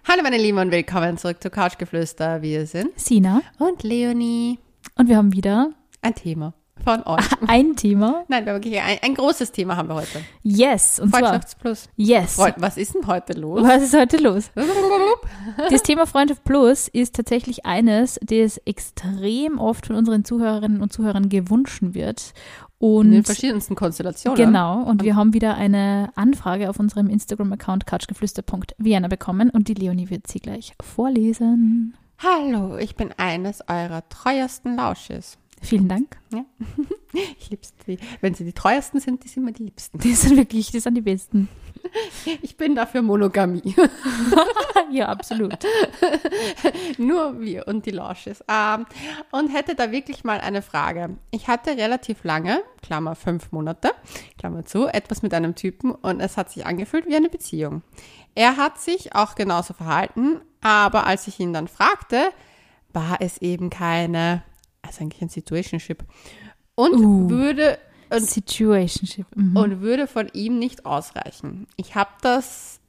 Hallo meine Lieben und willkommen zurück zu Couchgeflüster. Wir sind Sina und Leonie. und wir haben wieder Ein Thema von euch. ein Thema. Nein, wir haben wirklich ein großes Thema haben wir heute. Yes, und zwar Freundschaftsplus. yes. Was ist denn heute los? Was ist heute los? Das Thema Freundschaft Plus ist tatsächlich eines, das extrem oft von unseren Zuhörerinnen und Zuhörern gewünscht wird. Und in den verschiedensten Konstellationen. Genau, und wir haben wieder eine Anfrage auf unserem Instagram-Account couchgeflüster.vienna bekommen und die Leonie wird sie gleich vorlesen. Hallo, ich bin eines eurer treuesten Lausches. Vielen Dank. Ja. Ich lieb's sie. Wenn sie die treuesten sind, die sind immer die liebsten. Die sind wirklich, die sind die Besten. Ich bin dafür Monogamie. Ja, absolut. Nur wir und die Lausches. Und hätte da wirklich mal eine Frage. Ich hatte relativ lange, Klammer 5 Monate, Klammer zu, etwas mit einem Typen und es hat sich angefühlt wie eine Beziehung. Er hat sich auch genauso verhalten, aber als ich ihn dann fragte, war es eben keine, also eigentlich ein Situationship und würde Situationship. und würde von ihm nicht ausreichen. Ich habe das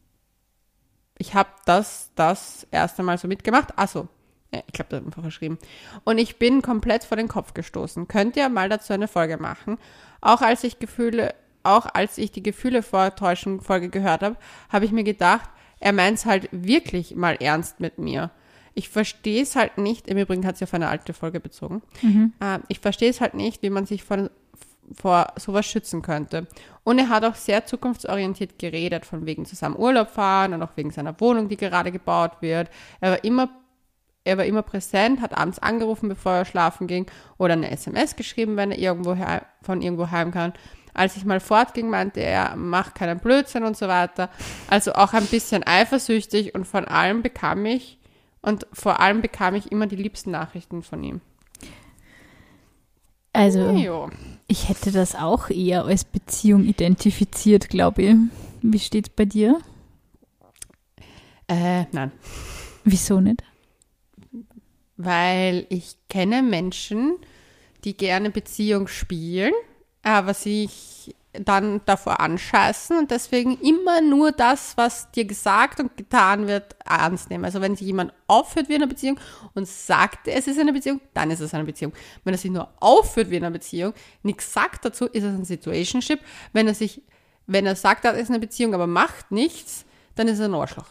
erste Mal so mitgemacht. Achso, ja, ich glaube, das hat einfach verschrieben. Und ich bin komplett vor den Kopf gestoßen. Könnt ihr mal dazu eine Folge machen? Auch als ich die Gefühle vortäuschen Folge gehört habe, habe ich mir gedacht, er meint es halt wirklich mal ernst mit mir. Ich verstehe es halt nicht, im Übrigen hat sie auf eine alte Folge bezogen, ich verstehe es halt nicht, wie man sich vor sowas schützen könnte. Und er hat auch sehr zukunftsorientiert geredet, von wegen zusammen Urlaub fahren und auch wegen seiner Wohnung, die gerade gebaut wird. Er war immer präsent, hat abends angerufen, bevor er schlafen ging oder eine SMS geschrieben, wenn er von irgendwo heim kann. Als ich mal fortging, meinte er, mach keinen Blödsinn und so weiter. Also auch ein bisschen eifersüchtig und vor allem bekam ich immer die liebsten Nachrichten von ihm. Also, Jo. ich hätte das auch eher als Beziehung identifiziert, glaube ich. Wie steht's bei dir? Nein. Wieso nicht? Weil ich kenne Menschen, die gerne Beziehung spielen, aber sich dann davor anscheißen und deswegen immer nur das, was dir gesagt und getan wird, ernst nehmen. Also wenn sich jemand aufführt wie in einer Beziehung und sagt, es ist eine Beziehung, dann ist es eine Beziehung. Wenn er sich nur aufführt wie in einer Beziehung, nichts sagt dazu, ist es ein Situationship. Wenn er sagt, das ist eine Beziehung, aber macht nichts, dann ist er ein Arschloch.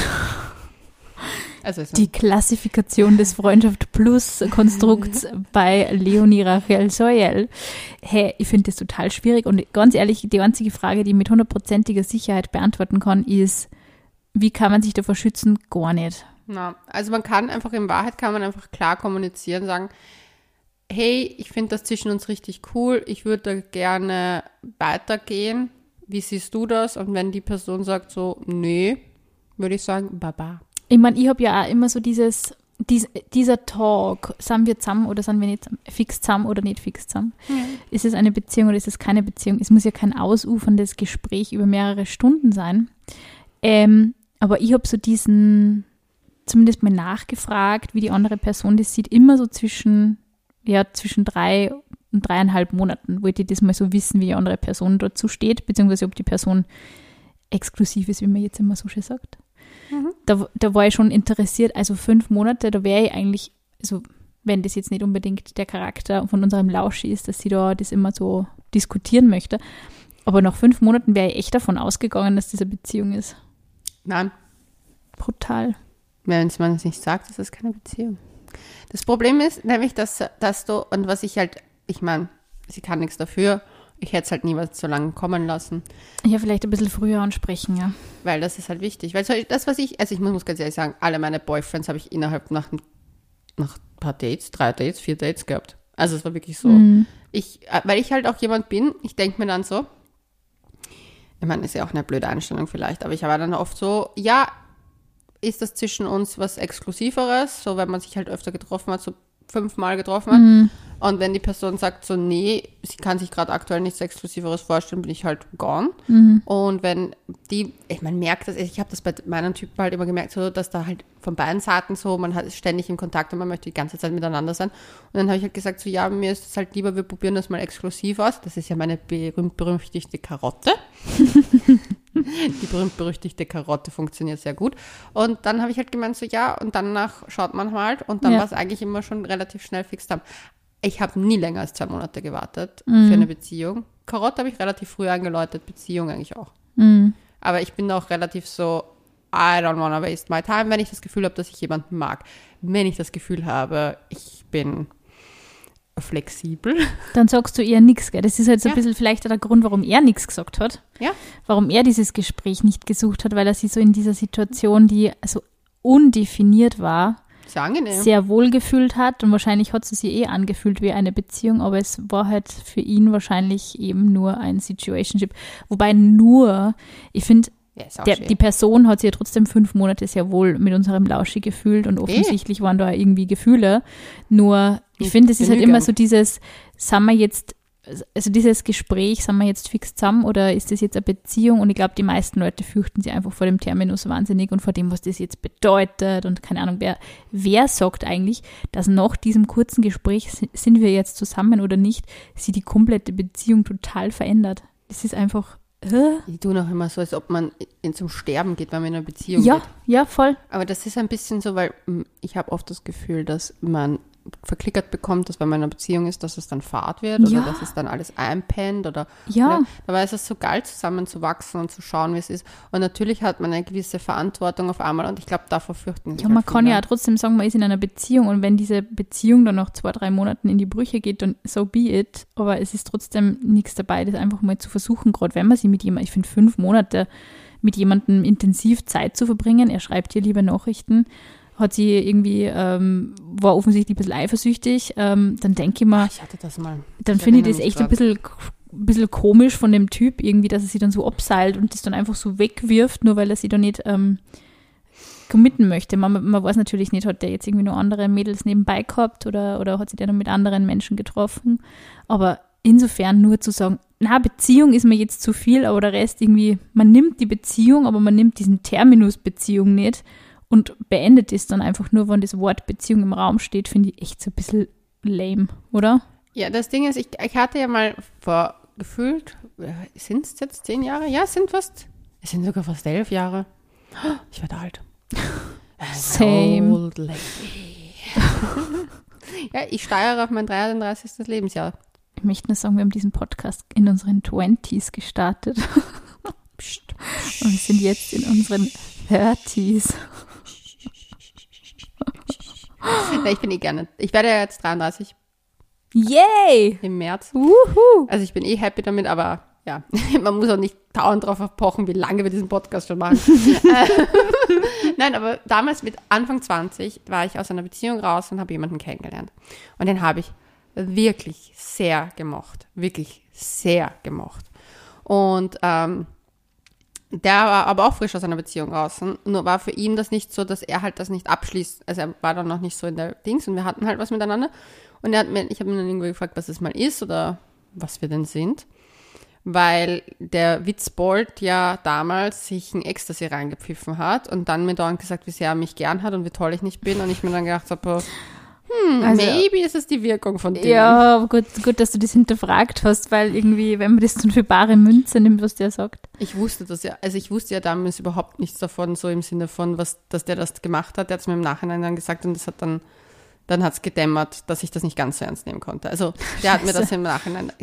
Also Die Klassifikation des Freundschaft Plus Konstrukts bei Leonie Rachel Soyel. Hey, ich finde das total schwierig und ganz ehrlich, die einzige Frage, die ich mit 100%iger Sicherheit beantworten kann, ist, wie kann man sich davor schützen? Gar nicht. Na, also in Wahrheit kann man einfach klar kommunizieren, sagen, hey, ich finde das zwischen uns richtig cool, ich würde da gerne weitergehen, wie siehst du das? Und wenn die Person sagt so, nee, würde ich sagen, baba. Ich meine, ich habe ja auch immer so dieser Talk, sind wir zusammen oder sind wir nicht fix zusammen oder nicht fix zusammen? Ja. Ist es eine Beziehung oder ist es keine Beziehung? Es muss ja kein ausuferndes Gespräch über mehrere Stunden sein. Aber ich habe so zumindest mal nachgefragt, wie die andere Person das sieht, immer so zwischen 3 und 3,5 Monaten. Wollte ich das mal so wissen, wie die andere Person dazu steht, beziehungsweise ob die Person exklusiv ist, wie man jetzt immer so schön sagt. Da war ich schon interessiert, also 5 Monate, da wäre ich eigentlich, also wenn das jetzt nicht unbedingt der Charakter von unserem Lauschi ist, dass sie da das immer so diskutieren möchte, aber nach 5 Monaten wäre ich echt davon ausgegangen, dass das eine Beziehung ist. Nein. Brutal. Wenn man es nicht sagt, ist das keine Beziehung. Das Problem ist nämlich, dass du, und was ich meine, sie kann nichts dafür, ich hätte es halt niemals so lange kommen lassen. Ja, vielleicht ein bisschen früher ansprechen, ja. Weil das ist halt wichtig. Weil ich muss ganz ehrlich sagen, alle meine Boyfriends habe ich innerhalb nach ein paar Dates, 3 Dates, 4 Dates gehabt. Also es war wirklich so. Weil ich halt auch jemand bin, ich denke mir dann so, ich meine, ist ja auch eine blöde Einstellung vielleicht, aber ich war dann oft so, ja, ist das zwischen uns was Exklusiveres, so wenn man sich halt öfter getroffen hat, so 5-mal getroffen hat. Und wenn die Person sagt so, nee, sie kann sich gerade aktuell nichts Exklusiveres vorstellen, bin ich halt gone. Und wenn man merkt das, ich habe das bei meinen Typen halt immer gemerkt, so, dass da halt von beiden Seiten so, man ist ständig in Kontakt und man möchte die ganze Zeit miteinander sein. Und dann habe ich halt gesagt, so, ja, mir ist es halt lieber, wir probieren das mal exklusiv aus. Das ist ja meine berühmt-berüchtigte Karotte. Die berühmt-berüchtigte Karotte funktioniert sehr gut. Und dann habe ich halt gemeint, so ja, und danach schaut man halt. Und dann war es eigentlich immer schon relativ schnell fix da. Ich habe nie länger als 2 Monate gewartet für eine Beziehung. Karotte habe ich relativ früh eingeläutet, Beziehung eigentlich auch. Aber ich bin auch relativ so, I don't wanna waste my time, wenn ich das Gefühl habe, dass ich jemanden mag. Wenn ich das Gefühl habe, ich bin flexibel. Dann sagst du eher nichts, gell? Das ist halt so ein bisschen vielleicht auch der Grund, warum er nichts gesagt hat. Ja. Warum er dieses Gespräch nicht gesucht hat, weil er sich so in dieser Situation, die so undefiniert war, Sehr angenehm. sehr wohl gefühlt hat und wahrscheinlich hat sie sich eh angefühlt wie eine Beziehung, aber es war halt für ihn wahrscheinlich eben nur ein Situationship. Wobei ich finde, die Person hat sich ja trotzdem 5 Monate sehr wohl mit unserem Lauschi gefühlt und offensichtlich waren da irgendwie Gefühle. Nur, ich finde, es ist halt immer so dieses, dieses Gespräch, sind wir jetzt fix zusammen oder ist das jetzt eine Beziehung? Und ich glaube, die meisten Leute fürchten sich einfach vor dem Terminus wahnsinnig und vor dem, was das jetzt bedeutet und keine Ahnung, wer sagt eigentlich, dass nach diesem kurzen Gespräch, sind wir jetzt zusammen oder nicht, sie die komplette Beziehung total verändert. Das ist einfach Ich tue noch immer so, als ob man zum Sterben geht, wenn man in einer Beziehung geht. Ja, voll. Aber das ist ein bisschen so, weil ich habe oft das Gefühl, dass man verklickert bekommt, dass wenn man in einer Beziehung ist, dass es dann Fahrt wird oder dass es dann alles einpennt oder dabei ist es so geil, zusammenzuwachsen und zu schauen, wie es ist. Und natürlich hat man eine gewisse Verantwortung auf einmal und ich glaube, davor fürchten sich man kann ja auch trotzdem sagen, man ist in einer Beziehung und wenn diese Beziehung dann nach 2-3 Monaten in die Brüche geht, dann so be it, aber es ist trotzdem nichts dabei, das einfach mal zu versuchen, gerade wenn man sich mit jemandem, ich finde 5 Monate mit jemandem intensiv Zeit zu verbringen, er schreibt hier liebe Nachrichten, hat sie irgendwie, war offensichtlich ein bisschen eifersüchtig, dann denke ich mir, ich hatte das mal. Dann finde ich das echt ein bisschen komisch von dem Typ irgendwie, dass er sie dann so abseilt und das dann einfach so wegwirft, nur weil er sie da nicht committen möchte. Man weiß natürlich nicht, hat der jetzt irgendwie noch andere Mädels nebenbei gehabt oder hat sich der noch mit anderen Menschen getroffen, aber insofern nur zu sagen, na, Beziehung ist mir jetzt zu viel, aber der Rest irgendwie, man nimmt die Beziehung, aber man nimmt diesen Terminus Beziehung nicht und beendet es dann einfach nur, wenn das Wort Beziehung im Raum steht, finde ich echt so ein bisschen lame, oder? Ja, das Ding ist, ich hatte ja mal gefühlt, sind es jetzt 10 Jahre? Ja, es sind sogar fast 11 Jahre. Ich werde alt. Same. Old lady. Ja, ich steuere auf mein 33. Lebensjahr. Ich möchte nur sagen, wir haben diesen Podcast in unseren 20s gestartet. Und wir sind jetzt in unseren 30s. Ich bin gerne. Ich werde ja jetzt 33. Yay! Im März. Wuhu. Also ich bin happy damit, aber ja, man muss auch nicht dauernd drauf pochen, wie lange wir diesen Podcast schon machen. Nein, aber damals mit Anfang 20 war ich aus einer Beziehung raus und habe jemanden kennengelernt. Und den habe ich wirklich sehr gemocht. Wirklich sehr gemocht. Und der war aber auch frisch aus einer Beziehung raus. Nur war für ihn das nicht so, dass er halt das nicht abschließt. Also er war dann noch nicht so in der Dings und wir hatten halt was miteinander. Und ich habe ihn dann irgendwie gefragt, was es mal ist oder was wir denn sind. Weil der Witzbold ja damals sich ein Ecstasy reingepfiffen hat und dann mir dauernd gesagt, wie sehr er mich gern hat und wie toll ich nicht bin. Und ich mir dann gedacht habe, maybe ist es die Wirkung von dem. Ja, gut, dass du das hinterfragt hast, weil irgendwie, wenn man das dann für bare Münze nimmt, was der sagt. Ich wusste das ja, also ich wusste ja damals überhaupt nichts davon, so im Sinne von, dass der das gemacht hat. Der hat es mir im Nachhinein dann gesagt und das hat dann hat es gedämmert, dass ich das nicht ganz so ernst nehmen konnte. Also der hat mir das im Nachhinein,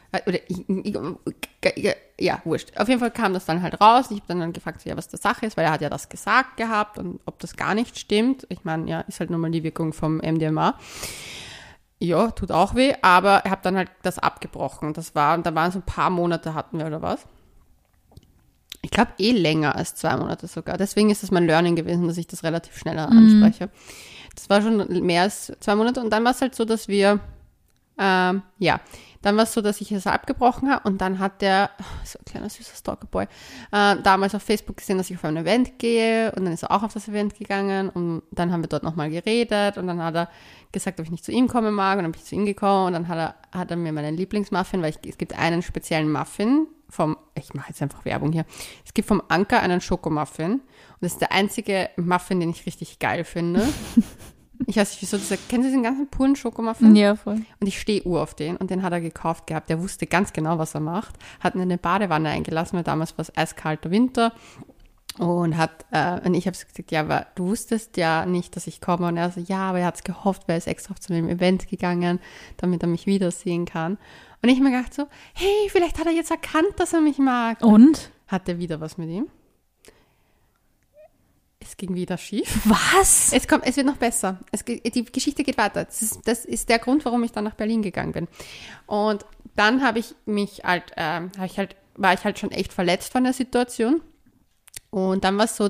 ja, wurscht. Auf jeden Fall kam das dann halt raus. Ich habe dann gefragt, ja, was der Sache ist, weil er hat ja das gesagt gehabt und ob das gar nicht stimmt. Ich meine, ja, ist halt nur mal die Wirkung vom MDMA. Ja, tut auch weh, aber ich habe dann halt das abgebrochen. Da waren so ein paar Monate hatten wir oder was. Ich glaube länger als 2 Monate sogar. Deswegen ist das mein Learning gewesen, dass ich das relativ schneller anspreche. Das war schon mehr als 2 Monate und dann war es halt so, dass wir, dann war es so, dass ich es abgebrochen habe und dann hat der, so ein kleiner süßer Stalkerboy, damals auf Facebook gesehen, dass ich auf ein Event gehe und dann ist er auch auf das Event gegangen und dann haben wir dort nochmal geredet und dann hat er gesagt, ob ich nicht zu ihm kommen mag und dann bin ich zu ihm gekommen und dann hat er mir meinen Lieblingsmuffin, weil es gibt einen speziellen Muffin ich mache jetzt einfach Werbung hier, es gibt vom Anker einen Schokomuffin und das ist der einzige Muffin, den ich richtig geil finde. Ich weiß nicht, wieso, kennen Sie den ganzen puren Schokomuffin? Ja, voll. Und ich stehe auf den und den hat er gekauft gehabt. Der wusste ganz genau, was er macht. Hat ihn in eine Badewanne eingelassen, weil damals war es eiskalter Winter. Und und ich habe gesagt, ja, aber du wusstest ja nicht, dass ich komme. Und er so, ja, aber er hat es gehofft, weil er ist extra zu einem Event gegangen, damit er mich wiedersehen kann. Und ich mir gedacht so, hey, vielleicht hat er jetzt erkannt, dass er mich mag. Und? Hat er wieder was mit ihm? Es ging wieder schief. Was? Es wird noch besser. Die Geschichte geht weiter. Das ist der Grund, warum ich dann nach Berlin gegangen bin. Und dann war ich halt schon echt verletzt von der Situation. Und dann war es so,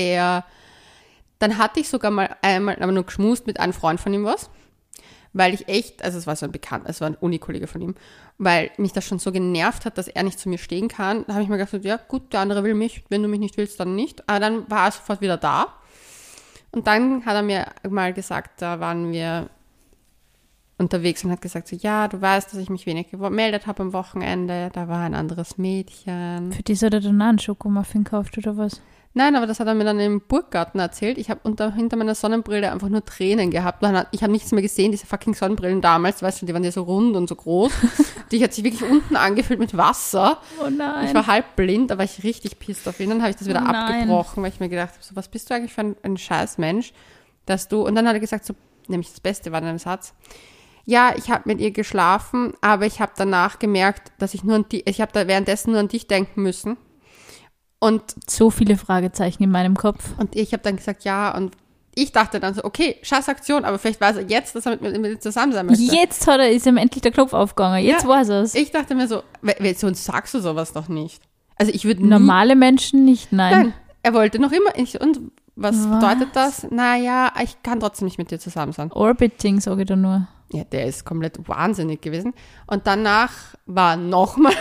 dann hatte ich sogar mal einmal aber nur geschmust mit einem Freund von ihm was, weil ich echt, also es war so es war ein Unikollege von ihm, weil mich das schon so genervt hat, dass er nicht zu mir stehen kann. Da habe ich mir gedacht, ja gut, der andere will mich, wenn du mich nicht willst, dann nicht. Aber dann war er sofort wieder da. Und dann hat er mir mal gesagt, da waren wir unterwegs und hat gesagt, so, ja, du weißt, dass ich mich wenig gemeldet habe am Wochenende, da war ein anderes Mädchen. Für das hat er dann auch einen Schokomuffin gekauft, oder was? Nein, aber das hat er mir dann im Burggarten erzählt. Ich habe hinter meiner Sonnenbrille einfach nur Tränen gehabt. Ich habe nichts mehr gesehen, diese fucking Sonnenbrillen damals, weißt du, die waren ja so rund und so groß. Die hat sich wirklich unten angefüllt mit Wasser. Oh nein. Ich war halb blind, da war ich richtig pisst auf ihn. Dann habe ich das wieder nein. abgebrochen, weil ich mir gedacht habe, so, was bist du eigentlich für ein scheiß Mensch, dass du, und dann hat er gesagt, so, nämlich das Beste war in einem Satz, ja, ich habe mit ihr geschlafen, aber ich habe danach gemerkt, dass ich habe da währenddessen nur an dich denken müssen. Und so viele Fragezeichen in meinem Kopf. Und ich habe dann gesagt, ja, und ich dachte dann so, okay, scheiß Aktion, aber vielleicht weiß er jetzt, dass er mit mir zusammen sein möchte. Jetzt ist ihm endlich der Knopf aufgegangen, jetzt weiß er es. Ich dachte mir so, sonst sagst du sowas doch nicht. Also ich würde normale Menschen nicht, Nein, er wollte noch immer, und was bedeutet das? Naja, ich kann trotzdem nicht mit dir zusammen sein. Orbiting, sage ich da nur. Ja, der ist komplett wahnsinnig gewesen. Und danach war nochmal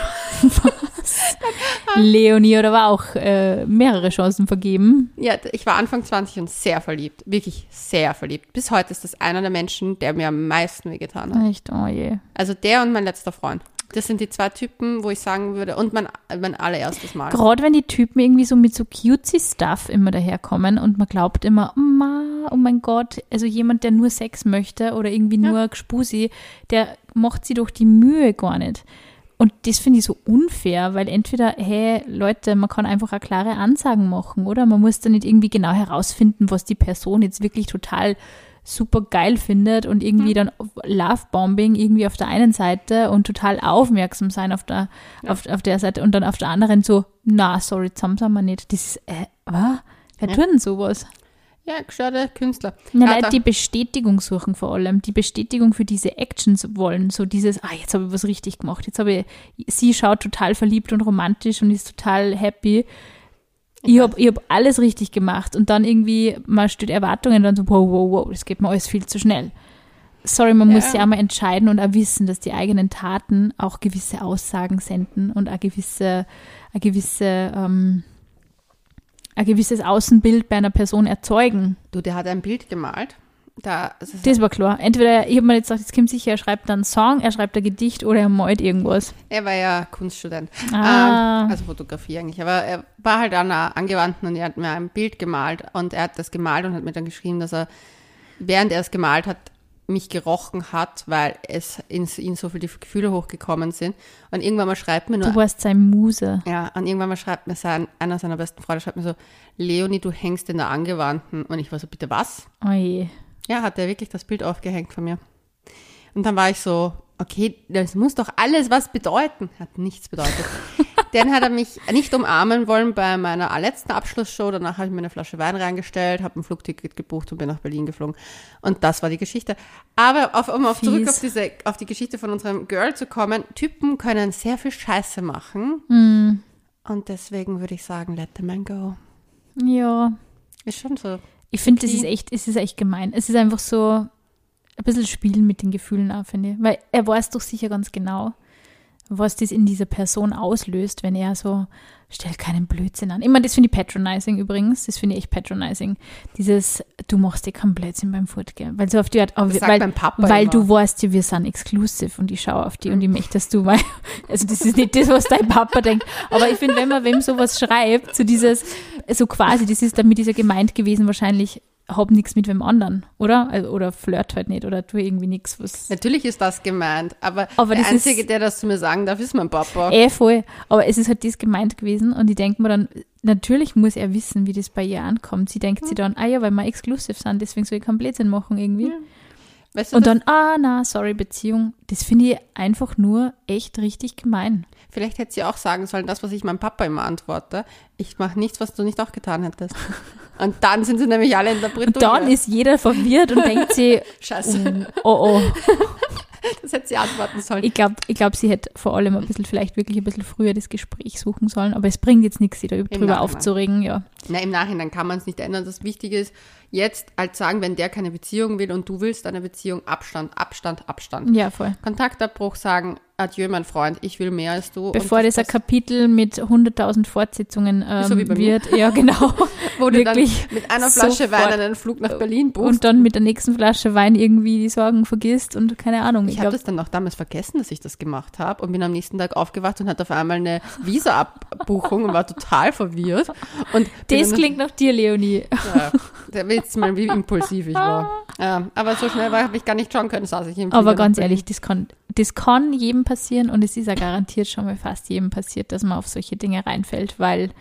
was? Leonie hat aber auch mehrere Chancen vergeben. Ja, ich war Anfang 20 und sehr verliebt. Wirklich sehr verliebt. Bis heute ist das einer der Menschen, der mir am meisten wehgetan hat. Echt? Oh je. Also der und mein letzter Freund. Das sind die zwei Typen, wo ich sagen würde, und mein allererstes Mal. Gerade wenn die Typen irgendwie so mit so cutesy Stuff immer daherkommen und man glaubt immer, oh mein Gott, also jemand, der nur Sex möchte oder irgendwie nur Gspusi, der macht sich doch die Mühe gar nicht. Und das finde ich so unfair, weil entweder, hey Leute, man kann einfach eine klare Ansagen machen, oder? Man muss da nicht irgendwie genau herausfinden, was die Person jetzt wirklich total super geil findet und irgendwie dann Lovebombing irgendwie auf der einen Seite und total aufmerksam sein auf der Seite und dann auf der anderen so, na, sorry, zusammen sind wir nicht. Das ist, was? Wer tut denn sowas? Ja, gestörte Künstler. Nein, die Bestätigung suchen vor allem, die Bestätigung für diese Actions wollen, so dieses, jetzt habe ich was richtig gemacht, sie schaut total verliebt und romantisch und ist total happy. Ich hab alles richtig gemacht und dann irgendwie, man stellt Erwartungen dann so, wow, das geht mir alles viel zu schnell. Sorry, man muss sich auch mal entscheiden und auch wissen, dass die eigenen Taten auch gewisse Aussagen senden und ein gewisses Außenbild bei einer Person erzeugen. Du, der hat ein Bild gemalt. Das war klar. Entweder, ich habe mir jetzt gedacht, es kommt sicher, er schreibt dann einen Song, er schreibt ein Gedicht oder er malt irgendwas. Er war ja Kunststudent. Also Fotografie eigentlich. Aber er war halt an einer Angewandten und er hat mir ein Bild gemalt. Und er hat das gemalt und hat mir dann geschrieben, dass er, während er es gemalt hat, mich gerochen hat, weil es in ihn so viele Gefühle hochgekommen sind. Und irgendwann mal schreibt mir nur... Du warst seine Muse. Ja, und irgendwann mal schreibt mir einer seiner besten Freunde, schreibt mir so, Leonie, du hängst in der Angewandten. Und ich war so, bitte was? Oh je. Ja, hat er wirklich das Bild aufgehängt von mir. Und dann war ich so, okay, das muss doch alles was bedeuten. Hat nichts bedeutet. Dann hat er mich nicht umarmen wollen bei meiner letzten Abschlussshow. Danach habe ich mir eine Flasche Wein reingestellt, habe ein Flugticket gebucht und bin nach Berlin geflogen. Und das war die Geschichte. Aber zurück auf die Geschichte von unserem Girl zu kommen, Typen können sehr viel Scheiße machen. Mm. Und deswegen würde ich sagen, let the man go. Ja. Ist schon so. Ich finde, es ist echt gemein. Es ist einfach so ein bisschen Spielen mit den Gefühlen auch, finde ich. Weil er weiß doch sicher ganz genau, was das in dieser Person auslöst, wenn er so, stell keinen Blödsinn an. Ich meine, das finde ich patronizing übrigens. Das finde ich echt patronizing. Dieses, du machst dir keinen Blödsinn beim Fortgehen. Weil so auf die Art, mein Papa weil immer. du weißt ja, wir sind exclusive und ich schaue auf die und ich möchte, dass du mal, also das ist nicht das, was dein Papa denkt. Aber ich finde, wenn man wem sowas schreibt, so dieses, so quasi, das ist damit dieser gemeint gewesen wahrscheinlich, hab nichts mit wem anderen, oder? Also, oder flirt halt nicht oder tu irgendwie nichts, was... Natürlich ist das gemeint, aber der das Einzige, ist, der das zu mir sagen darf, ist mein Papa. voll. Aber es ist halt das gemeint gewesen und ich denke mir dann, natürlich muss er wissen, wie das bei ihr ankommt. Sie denkt sich dann, ja, weil wir exklusiv sind, deswegen soll ich keinen Blödsinn machen irgendwie. Ja. Weißt du, und dann, sorry, Beziehung. Das finde ich einfach nur echt richtig gemein. Vielleicht hätte sie auch sagen sollen, das, was ich meinem Papa immer antworte, ich mache nichts, was du nicht auch getan hättest. Und dann sind sie nämlich alle in der Bredouille. Und dann ist jeder verwirrt und denkt sich, Scheiße. Oh. Das hätte sie antworten sollen. Ich glaub, sie hätte vor allem vielleicht wirklich ein bisschen früher das Gespräch suchen sollen, aber es bringt jetzt nichts, sich da drüber aufzuregen, ja. Na, im Nachhinein kann man es nicht ändern. Das Wichtige ist, jetzt halt sagen, wenn der keine Beziehung will und du willst eine Beziehung, Abstand. Ja, voll. Kontaktabbruch, sagen, adieu, mein Freund, ich will mehr als du. Bevor das ein Kapitel mit 100.000 Fortsetzungen so wie bei wird. Ja, genau. Wo du dann mit einer Flasche Wein einen Flug nach Berlin buchst. Und dann mit der nächsten Flasche Wein irgendwie die Sorgen vergisst und keine Ahnung. Ich habe das dann auch damals vergessen, dass ich das gemacht habe und bin am nächsten Tag aufgewacht und hatte auf einmal eine Visa-Abbuchung und war total verwirrt. Und das klingt nach dir, Leonie. Ja, der will jetzt mal, wie impulsiv ich war. Ja, aber so schnell habe ich gar nicht schauen können, saß ich im Aber ganz ehrlich, das kann jedem passieren und es ist ja garantiert schon mal fast jedem passiert, dass man auf solche Dinge reinfällt, weil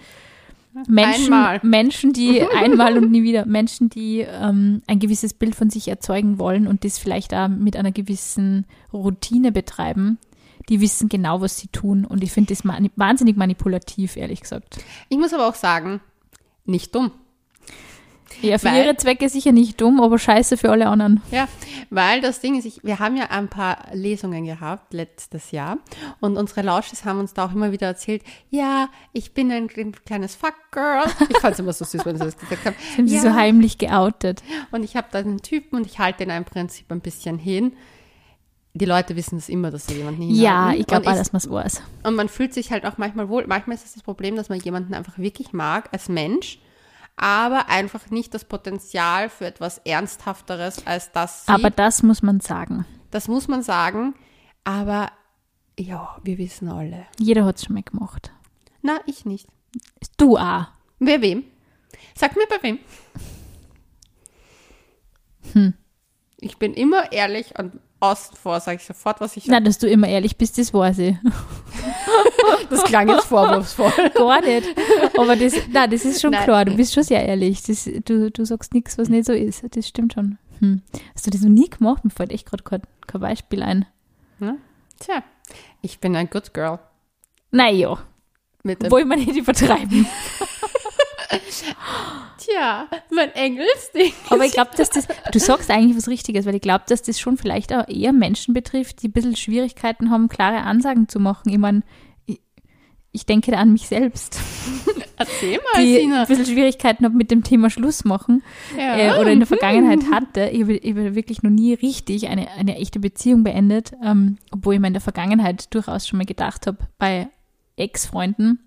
Menschen, die einmal und nie wieder, Menschen, die ein gewisses Bild von sich erzeugen wollen und das vielleicht auch mit einer gewissen Routine betreiben, die wissen genau, was sie tun und ich finde das wahnsinnig manipulativ, ehrlich gesagt. Ich muss aber auch sagen, nicht dumm. Ja, für ihre Zwecke sicher nicht dumm, aber scheiße für alle anderen. Ja, weil das Ding ist, wir haben ja ein paar Lesungen gehabt letztes Jahr und unsere Lausches haben uns da auch immer wieder erzählt, ja, ich bin ein kleines Fuckgirl. Ich fand es immer so süß, wenn sie das gesagt haben. Sind sie so heimlich geoutet. Und ich habe da einen Typen und ich halte den im Prinzip ein bisschen hin. Die Leute wissen es immer, dass sie jemanden hinhalten. Ja, ich glaube auch, dass man es weiß. Und man fühlt sich halt auch manchmal wohl. Manchmal ist das Problem, dass man jemanden einfach wirklich mag als Mensch, aber einfach nicht das Potenzial für etwas Ernsthafteres als das sieht. Aber das muss man sagen. Das muss man sagen, aber ja, wir wissen alle. Jeder hat es schon mal gemacht. Na, ich nicht. Du auch. Bei wem? Sag mir bei wem. Ich bin immer ehrlich und außen vor sage ich sofort, was ich sage. Nein, dass du immer ehrlich bist, das weiß ich. Das klang jetzt vorwurfsvoll. Gar nicht. Aber das ist schon klar. Du bist schon sehr ehrlich. Du sagst nichts, was nicht so ist. Das stimmt schon. Hast du das noch nie gemacht? Mir fällt echt gerade kein Beispiel ein. Hm? Tja, ich bin ein Good Girl. Naja, wollen wir nicht übertreiben. Tja, mein Engelsding. Aber ich glaube, dass du sagst eigentlich was Richtiges, weil ich glaube, dass das schon vielleicht auch eher Menschen betrifft, die ein bisschen Schwierigkeiten haben, klare Ansagen zu machen. Ich meine, ich denke da an mich selbst. Erzähl mal, die Sina. ein bisschen Schwierigkeiten habe mit dem Thema Schluss machen oder in der Vergangenheit hatte. Ich habe wirklich noch nie richtig eine echte Beziehung beendet, obwohl ich mir in der Vergangenheit durchaus schon mal gedacht habe, bei Ex-Freunden,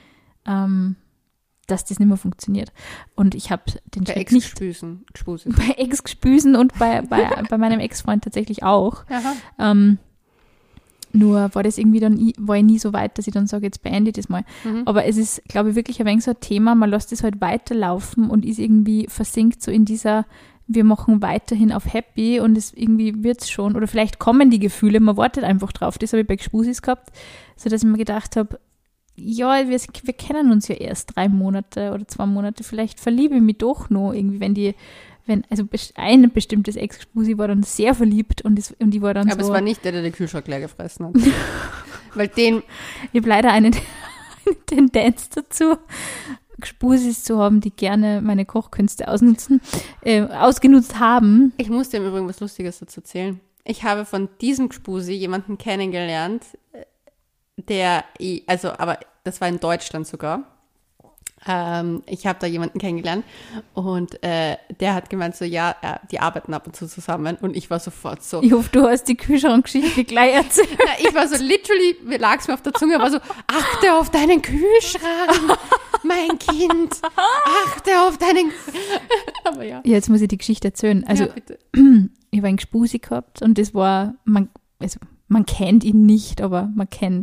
dass das nicht mehr funktioniert. Und ich habe den Schritt nicht... Bei Ex-Gespüsen und bei meinem Ex-Freund tatsächlich auch. Nur war das irgendwie war ich nie so weit, dass ich dann sage, jetzt beende ich das mal. Aber es ist, glaube ich, wirklich ein wenig so ein Thema, man lässt es halt weiterlaufen und ist irgendwie versinkt so in dieser, wir machen weiterhin auf happy und es irgendwie wird es schon. Oder vielleicht kommen die Gefühle, man wartet einfach drauf. Das habe ich bei Gespusis gehabt, sodass ich mir gedacht habe, ja, wir kennen uns ja erst 3 Monate oder 2 Monate, vielleicht verliebe ich mich doch noch irgendwie, also ein bestimmtes Ex-Spusi war dann sehr verliebt und die war dann aber so... Aber es war nicht der den Kühlschrank leer gefressen hat. Weil ich habe leider eine Tendenz dazu, Spusis zu haben, die gerne meine Kochkünste ausgenutzt haben. Ich muss dir im Übrigen was Lustiges dazu erzählen. Ich habe von diesem Spusi jemanden kennengelernt, aber das war in Deutschland sogar. Ich habe da jemanden kennengelernt und der hat gemeint so, ja, die arbeiten ab und zu zusammen und ich war sofort so. Ich hoffe, du hast die Kühlschrankgeschichte gleich erzählt. Na, ich war so literally, mir lag es mir auf der Zunge, war so, achte auf deinen Kühlschrank, mein Kind, achte auf deinen aber ja. Jetzt muss ich die Geschichte erzählen. Also, ja, bitte. Ich habe einen Spusi gehabt und das war, man kennt ihn nicht, aber man kennt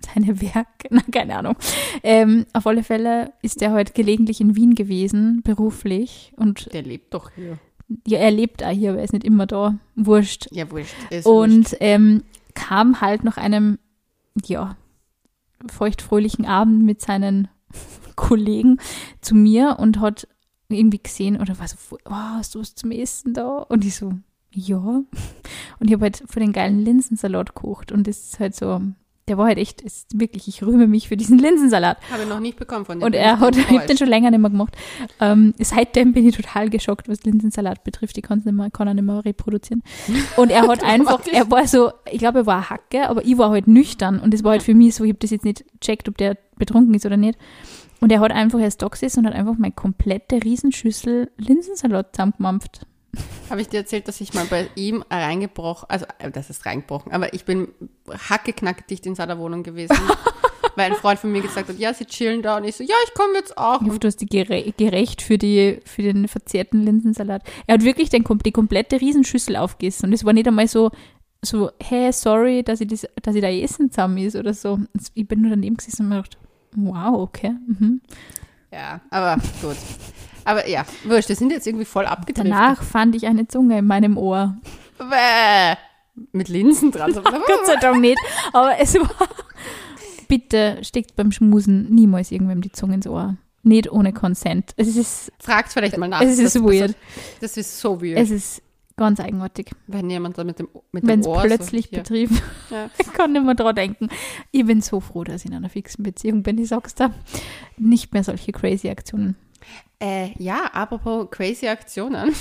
seine Werke, na, keine Ahnung. Auf alle Fälle ist er heute gelegentlich in Wien gewesen, beruflich. Und Der lebt doch hier. ja, er lebt auch hier, aber er ist nicht immer da. Wurscht. Ja, wurscht. Ist Und wurscht. kam halt nach einem, ja, feuchtfröhlichen Abend mit seinen Kollegen zu mir und hat irgendwie gesehen oder war so, oh, hast du was zum Essen da? Und ich so, ja. Und ich habe halt für den geilen Linsensalat gekocht und das ist halt so, der war halt echt, ist wirklich, ich rühme mich für diesen Linsensalat. Habe ich noch nicht bekommen von dir. Und er hat, ich habe den schon länger nicht mehr gemacht. Seitdem bin ich total geschockt, was Linsensalat betrifft. Ich kann ihn nicht mehr reproduzieren. Und er hat einfach, er war so, ich glaube, er war Hacke, aber ich war halt nüchtern. Und das war halt für mich so, ich habe das jetzt nicht gecheckt, ob der betrunken ist oder nicht. Und er hat einfach erst da gesessen und hat einfach meine komplette Riesenschüssel Linsensalat zusammengemampft. Habe ich dir erzählt, dass ich mal bei ihm reingebrochen, also das ist reingebrochen, aber ich bin hackeknackdicht in seiner Wohnung gewesen, weil ein Freund von mir gesagt hat, ja, sie chillen da und ich so, ja, ich komme jetzt auch. Ich hoffe, du hast die gerecht für den verzehrten Linsensalat. Er hat wirklich die komplette Riesenschüssel aufgegessen und es war nicht einmal so, hey, sorry, dass ich da Essen zusammen ist oder so. Ich bin nur daneben gesessen und mir gedacht, wow, okay. Mhm. Ja, aber gut. Aber ja, wurscht, das sind jetzt irgendwie voll abgedriftet. Danach fand ich eine Zunge in meinem Ohr. Bäh. Mit Linsen dran. Gott sei Dank nicht. Aber es war, bitte steckt beim Schmusen niemals irgendwem die Zunge ins Ohr. Nicht ohne Consent. Es ist, fragt vielleicht mal nach. es ist weird. Das ist so weird. Es ist ganz eigenartig. Wenn jemand da mit dem Wenn es Ohr plötzlich so, betrifft. ja. Ich kann nicht mehr dran denken. Ich bin so froh, dass ich in einer fixen Beziehung bin. Ich sag's da. Nicht mehr solche crazy Aktionen. Ja, apropos crazy Aktionen.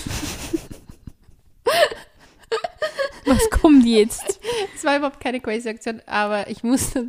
Was kommt jetzt? Es war überhaupt keine crazy Aktion, aber ich musste,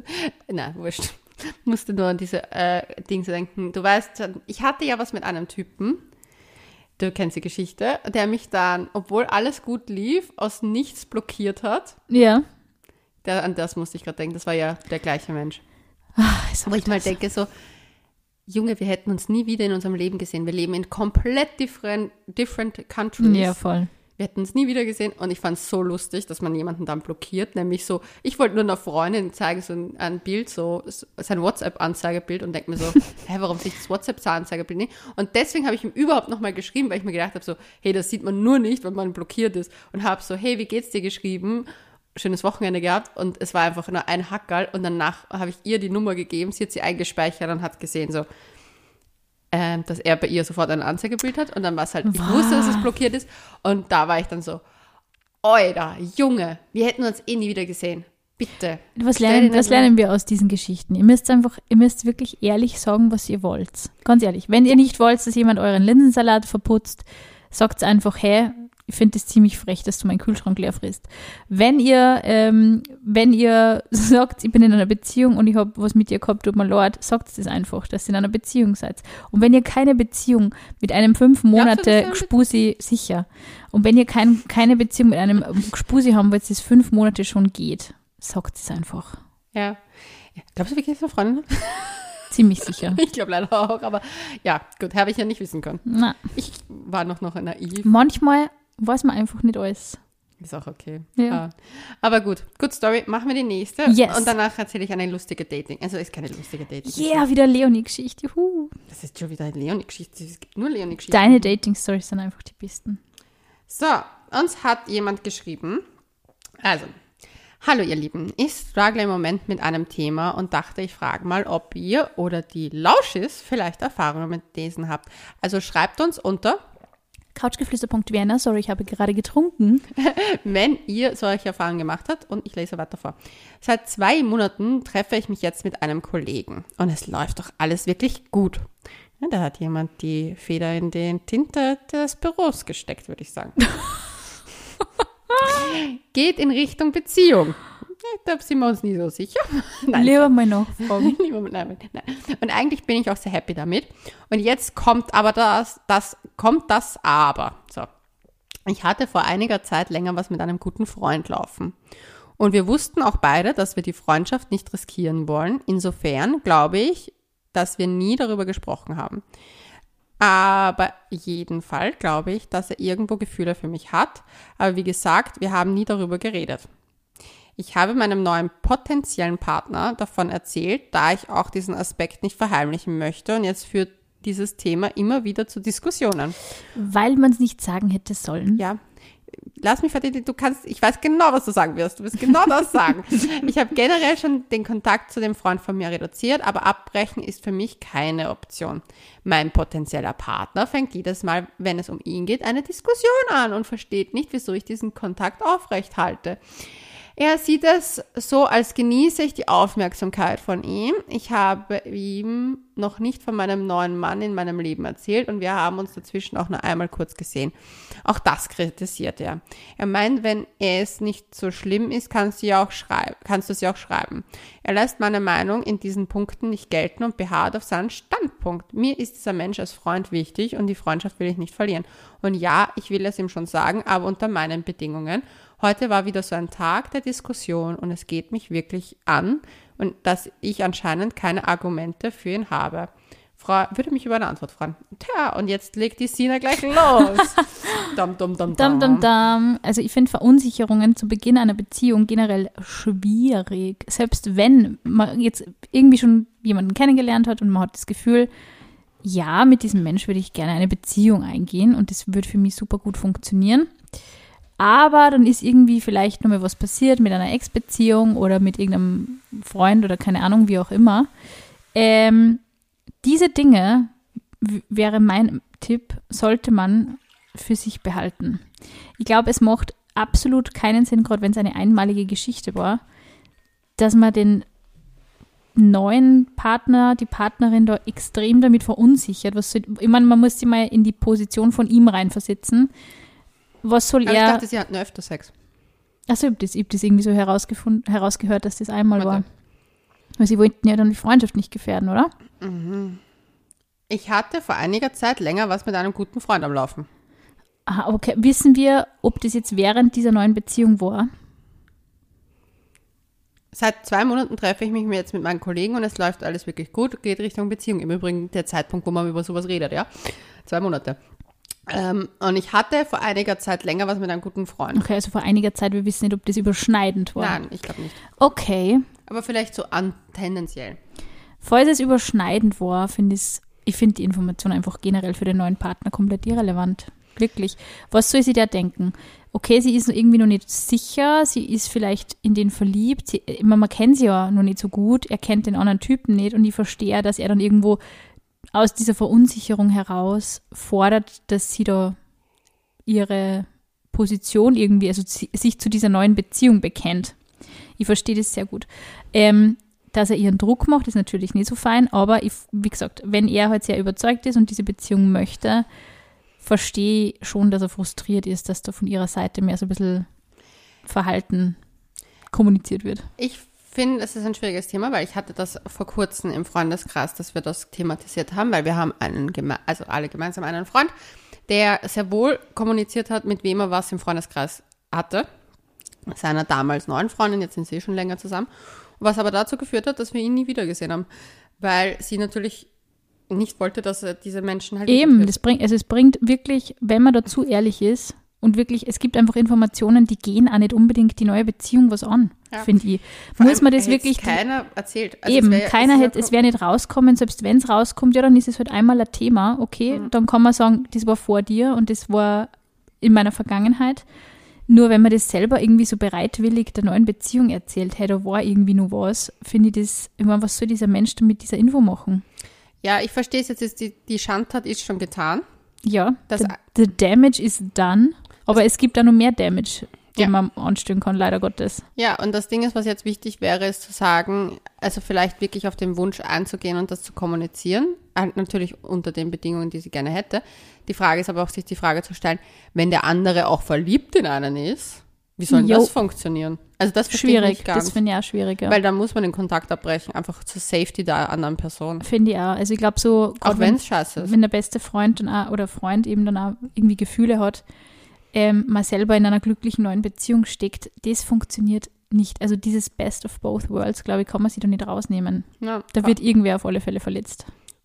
musste nur an diese Dinge denken. Du weißt, ich hatte ja was mit einem Typen, du kennst die Geschichte, der mich dann, obwohl alles gut lief, aus nichts blockiert hat. Ja. An das musste ich gerade denken, das war ja der gleiche Mensch. Wo ich mal denke so, Junge, wir hätten uns nie wieder in unserem Leben gesehen. Wir leben in komplett different countries. Ja, voll. Wir hätten uns nie wieder gesehen und ich fand es so lustig, dass man jemanden dann blockiert, nämlich so, ich wollte nur einer Freundin zeigen, so ein Bild, so sein WhatsApp-Anzeigebild und denke mir so, hä, warum sehe ich das WhatsApp-Anzeigebild nicht? Und deswegen habe ich ihm überhaupt nochmal geschrieben, weil ich mir gedacht habe so, hey, das sieht man nur nicht, wenn man blockiert ist und habe so, hey, wie geht's dir geschrieben? Schönes Wochenende gehabt und es war einfach nur ein Hackerl und danach habe ich ihr die Nummer gegeben, sie hat sie eingespeichert und hat gesehen so, dass er bei ihr sofort eine Anzeigebild hat und dann war es halt, ich wusste, dass es blockiert ist und da war ich dann so, Alter, Junge, wir hätten uns eh nie wieder gesehen, bitte. Was lernen wir aus diesen Geschichten? Ihr müsst wirklich ehrlich sagen, was ihr wollt. Ganz ehrlich, wenn ihr nicht wollt, dass jemand euren Linsensalat verputzt, sagt einfach, hey, ich finde es ziemlich frech, dass du meinen Kühlschrank leer frisst. Wenn ihr sagt, ich bin in einer Beziehung und ich habe was mit dir gehabt, tut mir leid, sagt es einfach, dass ihr in einer Beziehung seid. Und wenn ihr keine Beziehung mit einem 5 Monate Gspusi, sicher. Und wenn ihr keine Beziehung mit einem Gspusi haben wollt, das 5 Monate schon geht, sagt es einfach. Ja. Glaubst du wirklich, dass du eine Freundin hast? Ziemlich sicher. Ich glaube leider auch, aber ja, gut, habe ich ja nicht wissen können. Na. Ich war noch naiv. Manchmal weiß man einfach nicht alles. Ist auch okay. Ja. Aber gut, good story. Machen wir die nächste. Yes. Und danach erzähle ich eine lustige Dating. Also ist keine lustige Dating. Yeah, wieder Leonie-Geschichte. Das ist schon wieder eine Leonie-Geschichte. Es gibt nur Leonie-Geschichten. Deine Dating-Stories sind einfach die besten. So, uns hat jemand geschrieben. Also, hallo ihr Lieben. Ich struggle im Moment mit einem Thema und dachte, ich frage mal, ob ihr oder die Lauschis vielleicht Erfahrungen mit diesen habt. Also schreibt uns unter Couchgeflüster.vienna, sorry, ich habe gerade getrunken. wenn ihr solche Erfahrungen gemacht habt und ich lese weiter vor. Seit 2 Monaten treffe ich mich jetzt mit einem Kollegen und es läuft doch alles wirklich gut. Ja, da hat jemand die Feder in den Tinte des Büros gesteckt, würde ich sagen. Geht in Richtung Beziehung. Da sind wir uns nie so sicher. Nein, Lieber mal nachfragen. nein. Und eigentlich bin ich auch sehr happy damit. Und jetzt kommt aber das Aber. So. Ich hatte vor einiger Zeit länger was mit einem guten Freund laufen. Und wir wussten auch beide, dass wir die Freundschaft nicht riskieren wollen. Insofern glaube ich, dass wir nie darüber gesprochen haben. Aber jedenfalls glaube ich, dass er irgendwo Gefühle für mich hat. Aber wie gesagt, wir haben nie darüber geredet. Ich habe meinem neuen potenziellen Partner davon erzählt, da ich auch diesen Aspekt nicht verheimlichen möchte und jetzt führt dieses Thema immer wieder zu Diskussionen. Weil man es nicht sagen hätte sollen. Ja, lass mich fertig, ich weiß genau, was du sagen wirst. Du wirst genau das sagen. Ich habe generell schon den Kontakt zu dem Freund von mir reduziert, aber abbrechen ist für mich keine Option. Mein potenzieller Partner fängt jedes Mal, wenn es um ihn geht, eine Diskussion an und versteht nicht, wieso ich diesen Kontakt aufrecht halte. Er sieht es so, als genieße ich die Aufmerksamkeit von ihm. Ich habe ihm noch nicht von meinem neuen Mann in meinem Leben erzählt und wir haben uns dazwischen auch nur einmal kurz gesehen. Auch das kritisiert er. Er meint, wenn es nicht so schlimm ist, kannst du sie auch schreiben. Er lässt meine Meinung in diesen Punkten nicht gelten und beharrt auf seinen Standpunkt. Mir ist dieser Mensch als Freund wichtig und die Freundschaft will ich nicht verlieren. Und ja, ich will es ihm schon sagen, aber unter meinen Bedingungen. Heute war wieder so ein Tag der Diskussion und es geht mich wirklich an und dass ich anscheinend keine Argumente für ihn habe. Frau, würde mich über eine Antwort freuen. Tja, und jetzt legt die Sina gleich los. Dum, dum, dum, Dum, dum, dum. Also ich finde Verunsicherungen zu Beginn einer Beziehung generell schwierig. Selbst wenn man jetzt irgendwie schon jemanden kennengelernt hat und man hat das Gefühl, ja, mit diesem Mensch würde ich gerne eine Beziehung eingehen und das würde für mich super gut funktionieren. Aber dann ist irgendwie vielleicht nochmal was passiert mit einer Ex-Beziehung oder mit irgendeinem Freund oder keine Ahnung, wie auch immer. Diese Dinge, wäre mein Tipp, sollte man für sich behalten. Ich glaube, es macht absolut keinen Sinn, gerade wenn es eine einmalige Geschichte war, dass man den neuen Partner, die Partnerin da extrem damit verunsichert. Ich meine, man muss sich mal in die Position von ihm reinversetzen. Was soll aber er... Ich dachte, sie hatten öfter Sex. Achso, ich habe das irgendwie so herausgehört, dass das einmal war. Weil sie wollten ja dann die Freundschaft nicht gefährden, oder? Mhm. Ich hatte vor einiger Zeit länger was mit einem guten Freund am Laufen. Aha, okay. Wissen wir, ob das jetzt während dieser neuen Beziehung war? Seit 2 Monaten treffe ich mich jetzt mit meinen Kollegen und es läuft alles wirklich gut, geht Richtung Beziehung. Im Übrigen der Zeitpunkt, wo man über sowas redet, ja. 2 Monate. Und ich hatte vor einiger Zeit länger was mit einem guten Freund. Okay, also vor einiger Zeit, wir wissen nicht, ob das überschneidend war. Nein, ich glaube nicht. Okay. Aber vielleicht so tendenziell. Falls es überschneidend war, finde ich die Information einfach generell für den neuen Partner komplett irrelevant. Wirklich. Was soll sie da denken? Okay, sie ist irgendwie noch nicht sicher, sie ist vielleicht in den verliebt, man kennt sie ja noch nicht so gut, er kennt den anderen Typen nicht und ich verstehe, dass er dann irgendwo aus dieser Verunsicherung heraus fordert, dass sie da ihre Position irgendwie, also sich zu dieser neuen Beziehung bekennt. Ich verstehe das sehr gut. Dass er ihren Druck macht, ist natürlich nicht so fein, aber wie gesagt, wenn er halt sehr überzeugt ist und diese Beziehung möchte, verstehe schon, dass er frustriert ist, dass da von ihrer Seite mehr so ein bisschen Verhalten kommuniziert wird. Ich finde, es ist ein schwieriges Thema, weil ich hatte das vor kurzem im Freundeskreis, dass wir das thematisiert haben, weil wir haben alle gemeinsam einen Freund, der sehr wohl kommuniziert hat, mit wem er was im Freundeskreis hatte. Seiner damals neuen Freundin, jetzt sind sie schon länger zusammen. Was aber dazu geführt hat, dass wir ihn nie wieder gesehen haben, weil sie natürlich nicht wollte, dass er diese Menschen halt... Eben, es bringt wirklich, wenn man dazu ehrlich ist und wirklich, es gibt einfach Informationen, die gehen auch nicht unbedingt die neue Beziehung was an, finde ich. Muss man das wirklich... keiner erzählt. Also eben, es wäre nicht rauskommen, selbst wenn es rauskommt, ja, dann ist es halt einmal ein Thema, okay, dann kann man sagen, das war vor dir und das war in meiner Vergangenheit. Nur wenn man das selber irgendwie so bereitwillig der neuen Beziehung erzählt, hey, da war irgendwie nur was, finde ich das, ich meine, was soll dieser Mensch denn mit dieser Info machen? Ja, ich verstehe es jetzt, die Schandtat ist schon getan. Ja, the damage is done, aber es gibt da noch mehr Damage, den man anstellen kann, leider Gottes. Ja, und das Ding ist, was jetzt wichtig wäre, ist zu sagen, also vielleicht wirklich auf den Wunsch einzugehen und das zu kommunizieren, natürlich unter den Bedingungen, die sie gerne hätte. Die Frage ist aber auch, sich die Frage zu stellen, wenn der andere auch verliebt in einen ist, wie soll das funktionieren? Also das verstehe ich nicht ganz. Das finde ich auch schwierig, ja. Weil dann muss man den Kontakt abbrechen, einfach zur Safety der anderen Person. Finde ich auch. Also ich glaube so, auch wenn es scheiße ist. Wenn der beste Freund dann auch, oder Freund eben dann auch irgendwie Gefühle hat, man selber in einer glücklichen neuen Beziehung steckt, das funktioniert nicht. Also dieses Best of both worlds, glaube ich, kann man sich da nicht rausnehmen. Ja, da wird irgendwer auf alle Fälle verletzt.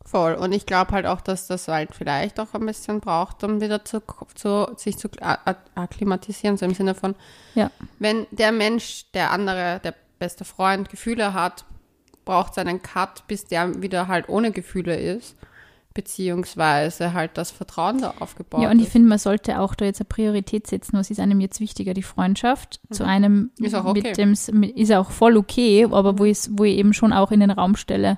Voll. Und ich glaube halt auch, dass das halt vielleicht auch ein bisschen braucht, um wieder sich zu akklimatisieren, so im Sinne von, wenn der Mensch, der andere, der beste Freund Gefühle hat, braucht es einen Cut, bis der wieder halt ohne Gefühle ist, beziehungsweise halt das Vertrauen da aufgebaut ist. Ja, und ich finde, man sollte auch da jetzt eine Priorität setzen. Was ist einem jetzt wichtiger? Die Freundschaft zu einem, ist auch okay. Ist auch voll okay, aber wo ich eben schon auch in den Raum stelle,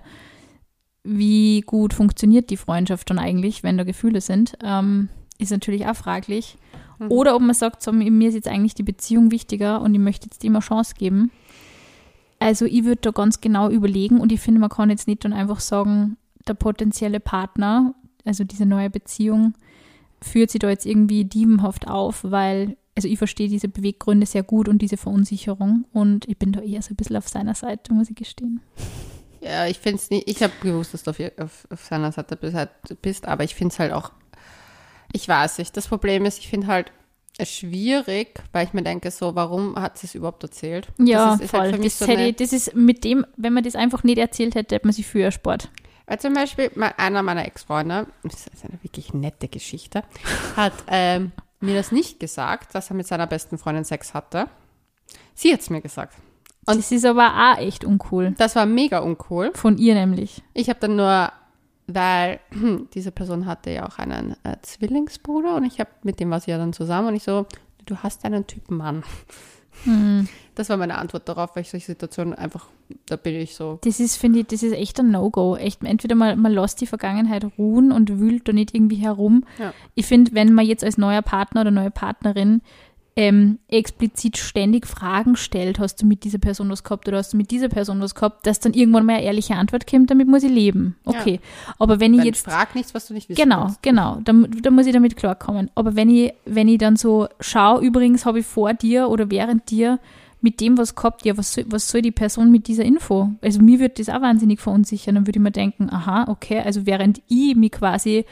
wie gut funktioniert die Freundschaft dann eigentlich, wenn da Gefühle sind, ist natürlich auch fraglich. Oder ob man sagt, so, mir ist jetzt eigentlich die Beziehung wichtiger und ich möchte jetzt dem eine Chance geben. Also ich würde da ganz genau überlegen und ich finde, man kann jetzt nicht dann einfach sagen, der potenzielle Partner, also diese neue Beziehung, führt sie da jetzt irgendwie diebenhaft auf, weil, also ich verstehe diese Beweggründe sehr gut und diese Verunsicherung und ich bin da eher so ein bisschen auf seiner Seite, muss ich gestehen. Ja, ich finde es nicht, ich habe gewusst, dass du auf seiner Seite bist, aber ich finde es halt auch, ich weiß nicht, das Problem ist, ich finde halt schwierig, weil ich mir denke so, warum hat sie es überhaupt erzählt? Ja, das ist voll, halt für mich das ist mit dem, wenn man das einfach nicht erzählt hätte, hätte man sich früher erspart. Weil zum Beispiel einer meiner Ex-Freunde, das ist eine wirklich nette Geschichte, hat mir das nicht gesagt, dass er mit seiner besten Freundin Sex hatte. Sie hat es mir gesagt. Und das ist aber auch echt uncool. Das war mega uncool. Von ihr nämlich. Ich habe dann nur, weil diese Person hatte ja auch einen Zwillingsbruder und mit dem war sie ja dann zusammen und ich so, du hast einen Typen Mann. Das war meine Antwort darauf, weil ich solche Situationen einfach, da bin ich so. Das ist, finde ich, das ist echt ein No-Go. Echt, entweder man lässt die Vergangenheit ruhen und wühlt da nicht irgendwie herum. Ja. Ich finde, wenn man jetzt als neuer Partner oder neue Partnerin explizit ständig Fragen stellt, hast du mit dieser Person was gehabt oder hast du mit dieser Person was gehabt, dass dann irgendwann mal eine ehrliche Antwort kommt, damit muss ich leben. Okay. Ja. Aber wenn ich jetzt... Frag nichts, was du nicht wissen kannst. Genau. Da muss ich damit klarkommen. Aber wenn ich dann so schaue, übrigens habe ich vor dir oder während dir mit dem was gehabt, ja, was soll die Person mit dieser Info? Also mir würde das auch wahnsinnig verunsichern. Dann würde ich mir denken, aha, okay, also während ich mich quasi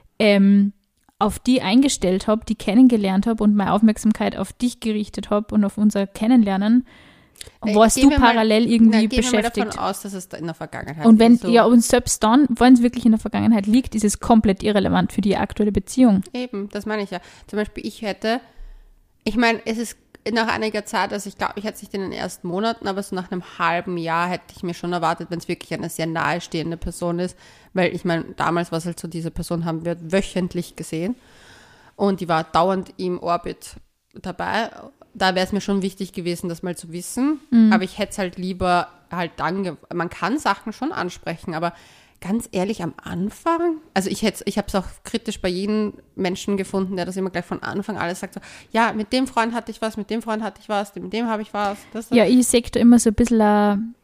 auf die eingestellt habe, die kennengelernt habe und meine Aufmerksamkeit auf dich gerichtet habe und auf unser Kennenlernen, warst du parallel irgendwie beschäftigt. Gehen wir mal davon aus, dass es in der Vergangenheit und wenn so. Ja, und selbst dann, wenn es wirklich in der Vergangenheit liegt, ist es komplett irrelevant für die aktuelle Beziehung. Eben, das meine ich ja. Zum Beispiel es ist nach einiger Zeit, also ich glaube, ich hätte es nicht in den ersten Monaten, aber so nach einem halben Jahr hätte ich mir schon erwartet, wenn es wirklich eine sehr nahestehende Person ist, weil ich meine, damals war es halt so, diese Person haben wir wöchentlich gesehen und die war dauernd im Orbit dabei. Da wäre es mir schon wichtig gewesen, das mal zu wissen, aber ich hätte es halt lieber halt dann, man kann Sachen schon ansprechen, aber ganz ehrlich, am Anfang, also ich habe es auch kritisch bei jedem Menschen gefunden, der das immer gleich von Anfang alles sagt, so, ja, mit dem Freund hatte ich was, mit dem Freund hatte ich was, mit dem habe ich was. Ja, ich sehe da immer so ein bisschen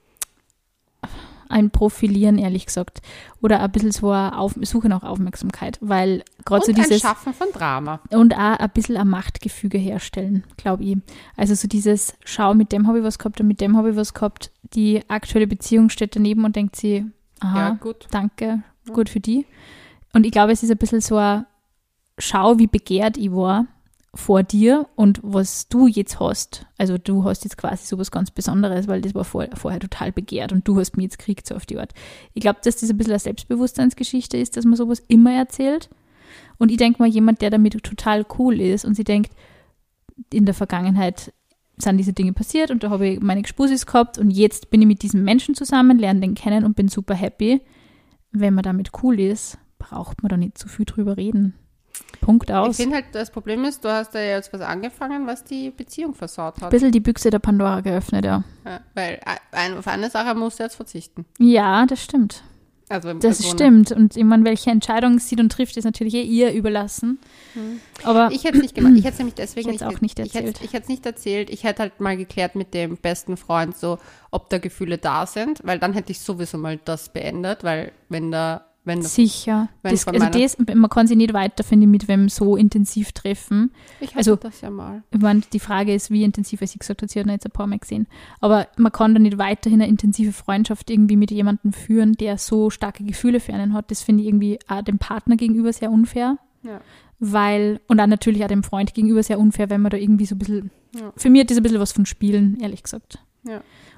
ein Profilieren, ehrlich gesagt. Oder ein bisschen so eine Suche nach Aufmerksamkeit, weil gerade so dieses... ein Schaffen von Drama. Und auch ein bisschen ein Machtgefüge herstellen, glaube ich. Also so dieses, schau, mit dem habe ich was gehabt und mit dem habe ich was gehabt. Die aktuelle Beziehung steht daneben und denkt sie, aha, ja, gut. Danke, gut für die. Und ich glaube, es ist ein bisschen so ein, schau, wie begehrt ich war vor dir und was du jetzt hast. Also du hast jetzt quasi sowas ganz Besonderes, weil das war vorher total begehrt und du hast mich jetzt gekriegt, so auf die Art. Ich glaube, dass das ein bisschen eine Selbstbewusstseinsgeschichte ist, dass man sowas immer erzählt. Und ich denke mal, jemand, der damit total cool ist und sie denkt, in der Vergangenheit sind diese Dinge passiert und da habe ich meine Gspusis gehabt und jetzt bin ich mit diesem Menschen zusammen, lerne den kennen und bin super happy. Wenn man damit cool ist, braucht man da nicht zu viel drüber reden. Punkt aus. Ich finde halt, das Problem ist, du hast da ja jetzt was angefangen, was die Beziehung versaut hat. Ein bisschen die Büchse der Pandora geöffnet, ja. Weil auf eine Sache musst du jetzt verzichten. Ja, das stimmt. Also das stimmt. Und ich meine, welche Entscheidung sie dann trifft, ist natürlich ihr überlassen. Aber ich hätte es nicht gemacht. Ich hätte es nämlich deswegen nicht erzählt. Ich hätte es nicht erzählt. Ich hätte halt mal geklärt mit dem besten Freund, so, ob da Gefühle da sind, weil dann hätte ich sowieso mal das beendet, weil sicher. Man kann sich nicht weiter, finde ich, mit wem so intensiv treffen. Ich hatte das ja mal. Ich meine, die Frage ist, wie intensiv, als sie gesagt hat, sie hat noch jetzt ein paar Mal gesehen. Aber man kann da nicht weiterhin eine intensive Freundschaft irgendwie mit jemandem führen, der so starke Gefühle für einen hat. Das finde ich irgendwie auch dem Partner gegenüber sehr unfair. Ja. Und dann natürlich auch dem Freund gegenüber sehr unfair, wenn man da irgendwie so ein bisschen, für mich hat das ein bisschen was von Spielen, ehrlich gesagt. Ja. Und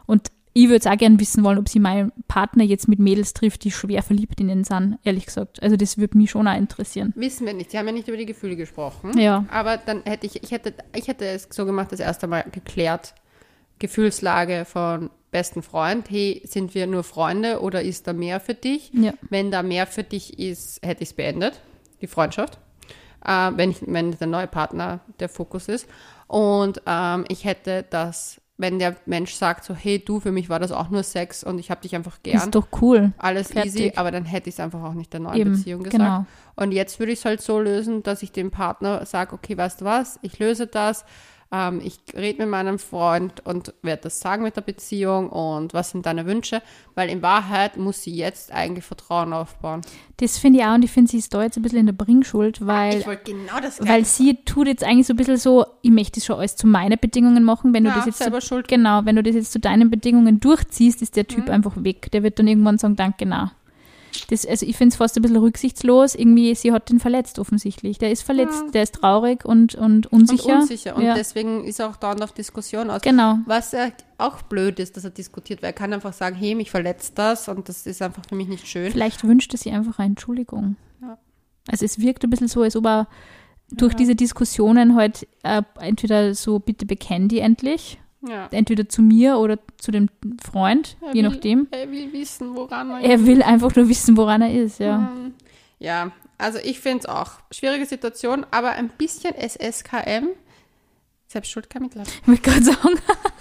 ich würde es auch gerne wissen wollen, ob sie meinen Partner jetzt mit Mädels trifft, die schwer verliebt in ihn sind, ehrlich gesagt. Also das würde mich schon auch interessieren. Wissen wir nicht. Sie haben ja nicht über die Gefühle gesprochen. Ja. Aber dann hätte ich hätte es so gemacht, das erste Mal geklärt, Gefühlslage von besten Freund. Hey, sind wir nur Freunde oder ist da mehr für dich? Ja. Wenn da mehr für dich ist, hätte ich es beendet, die Freundschaft. Wenn der neue Partner der Fokus ist. Und ich hätte das, wenn der Mensch sagt so, hey du, für mich war das auch nur Sex und ich habe dich einfach gern. Ist doch cool. Alles Fertig. easy, aber dann hätte ich es einfach auch nicht der neuen Eben, Beziehung gesagt. genau. Und jetzt würde ich es halt so lösen, dass ich dem Partner sage, okay, weißt du was, ich löse das, ich rede mit meinem Freund und werde das sagen mit der Beziehung und was sind deine Wünsche, weil in Wahrheit muss sie jetzt eigentlich Vertrauen aufbauen. Das finde ich auch und ich finde, sie ist da jetzt ein bisschen in der Bringschuld, weil, Ich wollte genau das weil sie tut jetzt eigentlich so ein bisschen so, ich möchte das schon alles zu meinen Bedingungen machen, wenn du Ja, das jetzt selber schuld. Genau, wenn du das jetzt zu deinen Bedingungen durchziehst, ist der Typ einfach weg. Der wird dann irgendwann sagen, danke, na. Also ich finde es fast ein bisschen rücksichtslos. Irgendwie, sie hat ihn verletzt offensichtlich. Der ist verletzt, der ist traurig und unsicher. Und ja. deswegen ist er auch dauernd auf Diskussion aus. Genau. Was auch blöd ist, dass er diskutiert, weil er kann einfach sagen, hey, mich verletzt das und das ist einfach für mich nicht schön. Vielleicht wünscht er sich einfach eine Entschuldigung. Ja. Also es wirkt ein bisschen so, als ob er durch diese Diskussionen halt entweder so, bitte bekenn die endlich, Ja. entweder zu mir oder zu dem Freund, je nachdem. Er will wissen, woran Er will einfach nur wissen, woran er ist, ja. Ja, also ich finde es auch schwierige Situation, aber ein bisschen SSKM. Selbstschuld kein Mitleid. Ich wollte gerade sagen.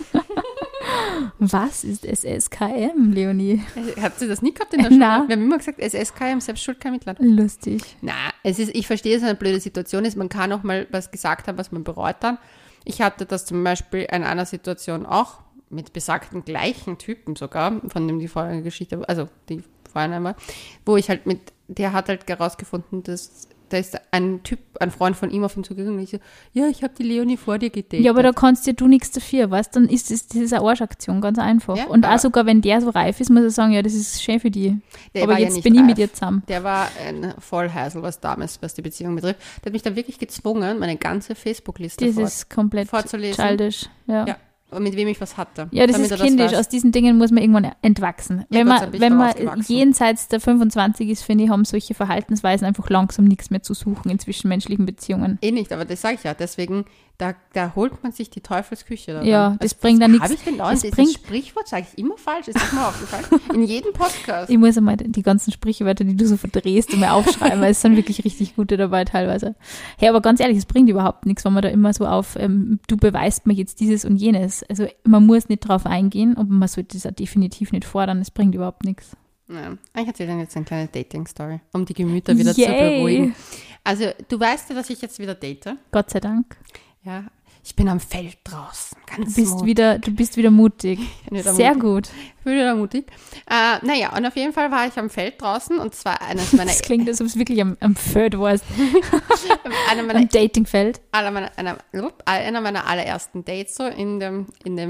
Was ist SSKM, Leonie? Habt ihr das nie gehabt in der Schule? Nein. Wir haben immer gesagt, SSKM, Selbstschuld kein Mitleid. Lustig. Na, ich verstehe, dass es eine blöde Situation ist. Man kann auch mal was gesagt haben, was man bereut dann. Ich hatte das zum Beispiel in einer Situation auch mit besagten gleichen Typen sogar, von dem die vorherige Geschichte, also die vorhin einmal, wo ich halt der hat halt herausgefunden, dass da ist ein Freund von ihm auf ihn zugegangen und ich so, ja, ich habe die Leonie vor dir gedatet. Ja, aber da kannst ja du nichts dafür, weißt? Dann ist das eine Arschaktion, ganz einfach. Ja, und aber- auch sogar, wenn der so reif ist, muss er sagen, ja, das ist schön für die. Der Aber war ja jetzt nicht bin ich mit reif. dir zusammen. Der war ein Vollhäsel, was die Beziehung betrifft. Der hat mich dann wirklich gezwungen, meine ganze Facebook-Liste Das ist komplett vorzulesen. childish. Ja. Ja, und mit wem ich was hatte. Ja, das damit ist er kindisch. weiß. Aus diesen Dingen muss man irgendwann entwachsen. Ja, Wenn Gott sei Dank bin ich wenn da man rausgewachsen. jenseits der 25 ist, finde ich, haben solche Verhaltensweisen einfach langsam nichts mehr zu suchen in zwischenmenschlichen Beziehungen. Eh nicht, aber das sage ich ja. Deswegen, da holt man sich die Teufelsküche. Daran. Ja, das bringt dann nichts. Habe ich denn Das das bringt- Sprichwort sage ich immer falsch. Ist das mal aufgefallen? In jedem Podcast. Ich muss einmal die ganzen Sprichwörter, die du so verdrehst, mal aufschreiben, weil es sind wirklich richtig gute dabei teilweise. Hey, aber ganz ehrlich, es bringt überhaupt nichts, wenn man da immer so auf, du beweist mir jetzt dieses und jenes. Also man muss nicht drauf eingehen und man sollte das auch definitiv nicht fordern. Es bringt überhaupt nichts. Ja, ich erzähle Ihnen jetzt eine kleine Dating-Story, um die Gemüter wieder zu Yay. beruhigen. Also, du weißt ja, dass ich jetzt wieder date. Gott sei Dank. Ja, ich bin am Feld draußen. Ganz Du bist wieder mutig. Wieder Sehr mutig. gut. Ich bin wieder mutig. Naja, und auf jeden Fall war ich am Feld draußen und zwar eines meiner, Das klingt, als ob es wirklich am Feld warst. einer meiner Am Datingfeld. einer meiner allerersten Dates so im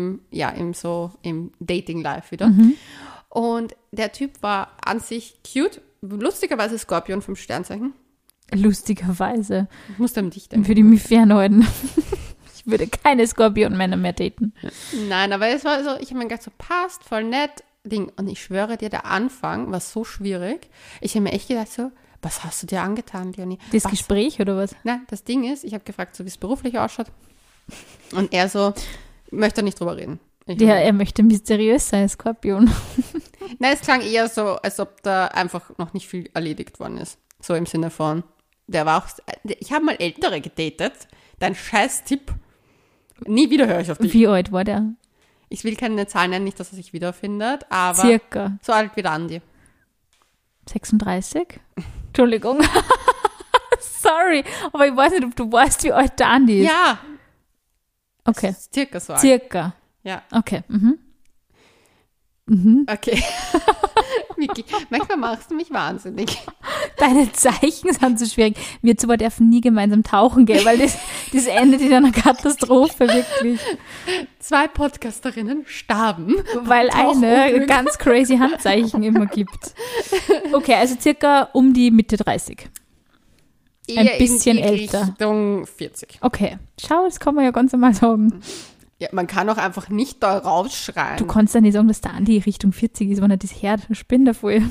Dating-Life wieder. Und der Typ war an sich cute, lustigerweise Skorpion vom Sternzeichen. Lustigerweise. Ich musste an dich denken. Würde ich mich fernhalten. Ich würde keine Skorpionmänner mehr daten. Nein, aber es war so, ich habe mir gedacht, so passt, voll nett, Ding. Und ich schwöre dir, der Anfang war so schwierig. Ich habe mir echt gedacht so, was hast du dir angetan, Leonie? Das Was? Gespräch oder was? Nein, das Ding ist, ich habe gefragt, so wie es beruflich ausschaut. Und er so, möchte nicht drüber reden. Er möchte mysteriös sein, Skorpion. Nein, es klang eher so, als ob da einfach noch nicht viel erledigt worden ist. So im Sinne von, der war auch, ich habe mal Ältere gedatet, dein Scheiß-Tipp. Nie wieder höre ich auf dich. Wie alt war der? Ich will keine Zahlen nennen, nicht, dass er sich wiederfindet, aber Circa so alt wie der Andi. 36? Entschuldigung. Sorry, aber ich weiß nicht, ob du weißt, wie alt der Andi ist. Ja, Okay. circa so alt. Circa. Ja, Okay. okay. Vicky, manchmal machst du mich wahnsinnig. Deine Zeichen sind so schwierig. Wir zwei dürfen nie gemeinsam tauchen gehen, weil das endet in einer Katastrophe, wirklich. 2 Podcasterinnen starben. Weil eine Tauchunglück. ganz crazy Handzeichen immer gibt. Okay, also circa um die Mitte 30. Ein Eher bisschen in die älter. Richtung 40. Okay, schau, das kann man ja ganz normal sagen. Ja, man kann auch einfach nicht da rausschreien. Du kannst ja nicht sagen, dass der Andi Richtung 40 ist, wenn er das hört. Ich bin da voll.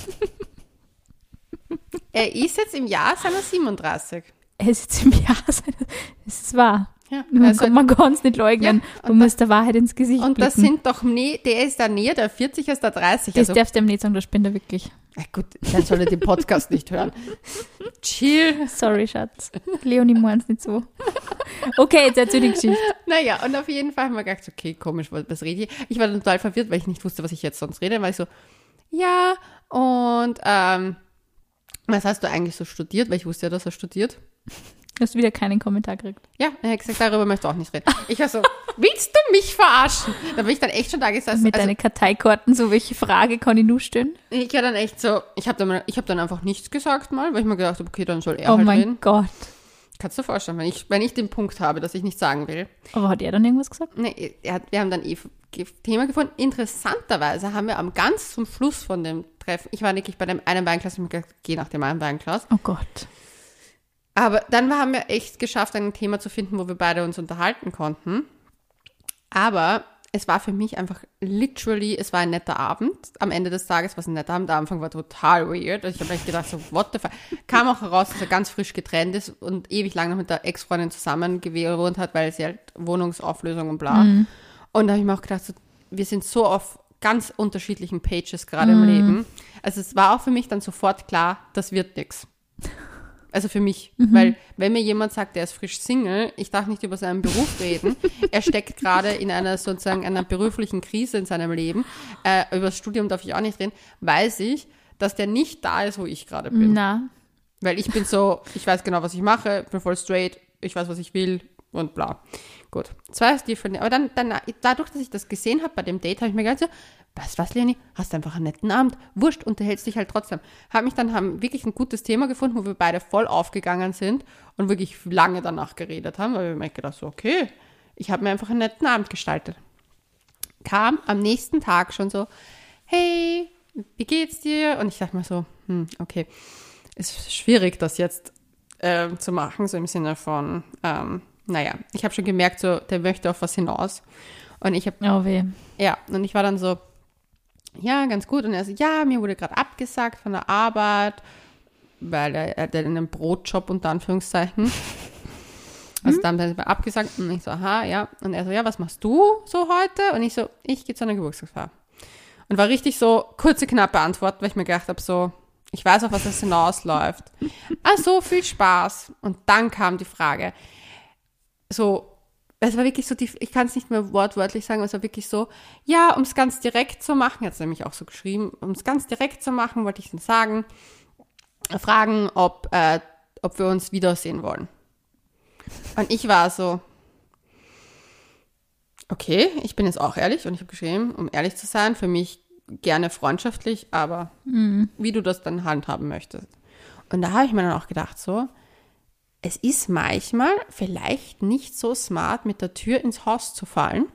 Er ist jetzt im Jahr seiner 37. Er ist jetzt im Jahr seiner... Das ist wahr. Ja, Man kann es nicht leugnen. Ja, man muss der Wahrheit ins Gesicht und blicken. das sind doch, der ist da näher der 40 als der 30. Das darfst du ihm nicht sagen, der spinnt er wirklich. Gut, dann soll er den Podcast nicht hören. Chill. Sorry, Schatz. Leonie meint's nicht so. Okay, jetzt erzähl die Geschichte. Naja, und auf jeden Fall haben wir gedacht, okay, komisch, was rede ich? Ich war total verwirrt, weil ich nicht wusste, was ich jetzt sonst rede. Dann war ich so, ja, und was hast du eigentlich so studiert? Weil ich wusste ja, dass er studiert. Du hast wieder keinen Kommentar gekriegt. Ja, er hat gesagt, darüber möchte ich auch nicht reden. Ich war so, willst du mich verarschen? Da bin ich dann echt schon da gesessen. Mit deinen Karteikarten, so welche Frage kann ich nur stellen? Ich war dann echt so, ich hab dann einfach nichts gesagt mal, weil ich mir gedacht habe, okay, dann soll er Oh halt mein reden. Gott. Kannst du dir vorstellen, wenn ich den Punkt habe, dass ich nicht sagen will. Aber hat er dann irgendwas gesagt? Nee, wir haben dann Thema gefunden. Interessanterweise haben wir ganz zum Schluss von dem Treffen, ich war wirklich bei dem einen Weinglas und mir gedacht, geh nach dem einen Weinglas. Oh Gott. Aber dann haben wir echt geschafft, ein Thema zu finden, wo wir beide uns unterhalten konnten. Aber es war für mich einfach literally, es war ein netter Abend. Am Ende des Tages war es ein netter Abend. Der Anfang war total weird. Ich habe echt gedacht, so, what the fuck. Kam auch heraus, dass er ganz frisch getrennt ist und ewig lang noch mit der Ex-Freundin zusammen gewohnt hat, weil sie halt Wohnungsauflösung und bla. Und da habe ich mir auch gedacht, so, wir sind so auf ganz unterschiedlichen Pages gerade im Leben. Also es war auch für mich dann sofort klar, das wird nichts. Also für mich, weil wenn mir jemand sagt, der ist frisch Single, ich darf nicht über seinen Beruf reden, er steckt gerade in einer sozusagen einer beruflichen Krise in seinem Leben, über das Studium darf ich auch nicht reden, weiß ich, dass der nicht da ist, wo ich gerade bin. Na. Weil ich bin so, ich weiß genau, was ich mache, bin voll straight, ich weiß, was ich will und bla. Gut, aber dann dadurch, dass ich das gesehen habe bei dem Date, habe ich mir gedacht so, weißt du was, Leonie, hast einfach einen netten Abend, wurscht, unterhältst dich halt trotzdem. Haben wirklich ein gutes Thema gefunden, wo wir beide voll aufgegangen sind und wirklich lange danach geredet haben, weil wir mir gedacht so, okay, ich habe mir einfach einen netten Abend gestaltet. Kam am nächsten Tag schon so, hey, wie geht's dir? Und ich dachte mir so, okay, ist schwierig, das jetzt zu machen, so im Sinne von, naja, ich habe schon gemerkt, so, der möchte auf was hinaus. Und ich habe, Oh weh. ja, und ich war dann so, ja, ganz gut. Und er so, ja, mir wurde gerade abgesagt von der Arbeit, weil er hat einen Brotjob unter Anführungszeichen. Also dann haben sie abgesagt und ich so, aha, ja. Und er so, ja, was machst du so heute? Und ich so, ich gehe zu einer Geburtstagsfeier. Und war richtig so kurze, knappe Antwort, weil ich mir gedacht habe, so, ich weiß auch, was das hinausläuft. Ach so, viel Spaß. Und dann kam die Frage, so, es war wirklich so, ich kann es nicht mehr wortwörtlich sagen, aber es war wirklich so, ja, um es ganz direkt zu machen, er hat es nämlich auch so geschrieben, um es ganz direkt zu machen, wollte ich dann fragen, ob wir uns wiedersehen wollen. Und ich war so, okay, ich bin jetzt auch ehrlich und ich habe geschrieben, um ehrlich zu sein, für mich gerne freundschaftlich, aber wie du das dann handhaben möchtest. Und da habe ich mir dann auch gedacht, so, es ist manchmal vielleicht nicht so smart, mit der Tür ins Haus zu fallen.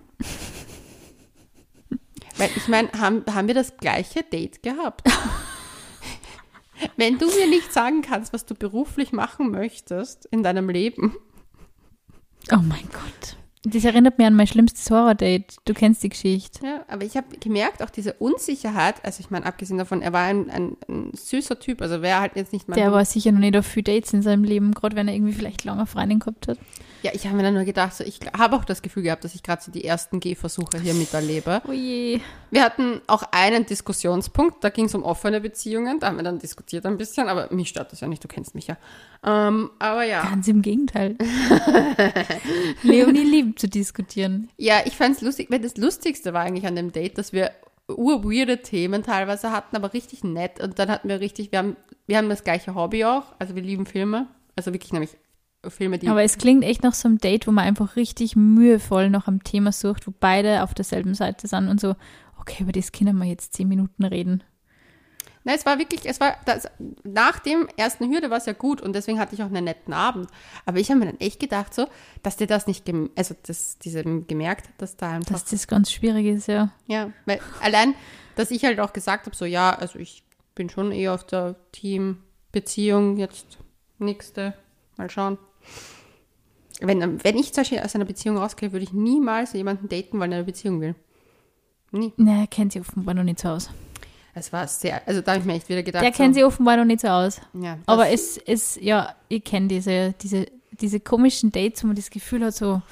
Weil ich meine, haben wir das gleiche Date gehabt? Wenn du mir nicht sagen kannst, was du beruflich machen möchtest in deinem Leben. Oh mein Gott. Das erinnert mich an mein schlimmstes Horror-Date. Du kennst die Geschichte. Ja, aber ich habe gemerkt, auch diese Unsicherheit, also ich meine, abgesehen davon, er war ein süßer Typ, also wäre halt jetzt nicht mein... Der war sicher noch nicht auf viele Dates in seinem Leben, gerade wenn er irgendwie vielleicht lange Freundin gehabt hat. Ja, ich habe mir dann nur gedacht, so, ich habe auch das Gefühl gehabt, dass ich gerade so die ersten Gehversuche hier miterlebe. Oh je. Wir hatten auch einen Diskussionspunkt, da ging es um offene Beziehungen, da haben wir dann diskutiert ein bisschen, aber mich stört das ja nicht, du kennst mich ja. Aber ja. Ganz im Gegenteil. Leonie liebt zu diskutieren. Ja, ich fand es lustig, weil das Lustigste war eigentlich an dem Date, dass wir urweirde Themen teilweise hatten, aber richtig nett. Und dann hatten wir wir haben das gleiche Hobby auch, also wir lieben Filme, also wirklich nämlich Filme, die... Aber es klingt echt nach so einem Date, wo man einfach richtig mühevoll nach einem Thema sucht, wo beide auf derselben Seite sind und so, okay, über das können wir jetzt 10 Minuten reden. Nein, nach dem ersten Hürde war es ja gut und deswegen hatte ich auch einen netten Abend. Aber ich habe mir dann echt gedacht so, dass der das nicht, gemerkt hat, dass da einfach... Dass das ganz schwierig ist, ja. Ja, weil allein, dass ich halt auch gesagt habe, so ja, also ich bin schon eher auf der Teambeziehung jetzt nächste, mal schauen. wenn ich zum Beispiel aus einer Beziehung rausgehe, würde ich niemals jemanden daten, weil er eine Beziehung will. Nie. Na, er kennt sie offenbar noch nicht so aus. Es war sehr, also da habe ich mir echt wieder gedacht. Der kennt sie offenbar noch nicht so aus. Ja, Aber ich kenne diese komischen Dates, wo man das Gefühl hat, so,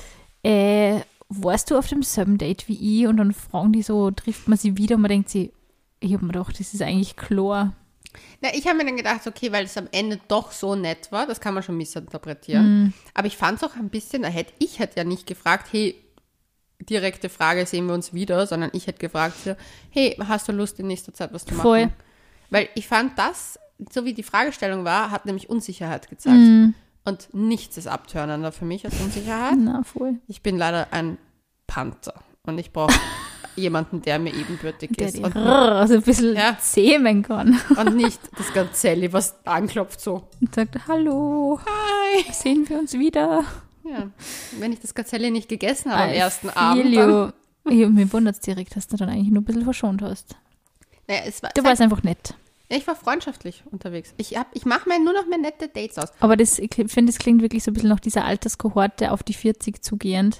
warst du auf demselben Date wie ich? Und dann fragen die so, trifft man sie wieder und man denkt sich, ich habe mir gedacht, das ist eigentlich klar. Na, ich habe mir dann gedacht, okay, weil es am Ende doch so nett war, das kann man schon missinterpretieren. Aber ich fand es auch ein bisschen, ich hätte ja nicht gefragt, hey, direkte Frage, sehen wir uns wieder, sondern ich hätte gefragt, hey, hast du Lust in nächster Zeit was zu machen? Voll. Weil ich fand das, so wie die Fragestellung war, hat nämlich Unsicherheit gezeigt. Und nichts ist abtörnender für mich als Unsicherheit. Na, voll. Ich bin leider ein Panther und ich brauche jemanden, der mir ebenbürtig Der ist. die Und, so ein bisschen zähmen kann. und nicht das Gazelli, was anklopft so. Und sagt, hallo, Hi. sehen wir uns wieder. Ja, wenn ich das Gazelli nicht gegessen habe am ersten Abend. Mir wundert es direkt, dass du dann eigentlich nur ein bisschen verschont hast. Naja, Du warst einfach nett. ich war freundschaftlich unterwegs. Ich mache mir nur noch mehr nette Dates aus. Aber ich finde, es klingt wirklich so ein bisschen nach dieser Alterskohorte auf die 40 zugehend.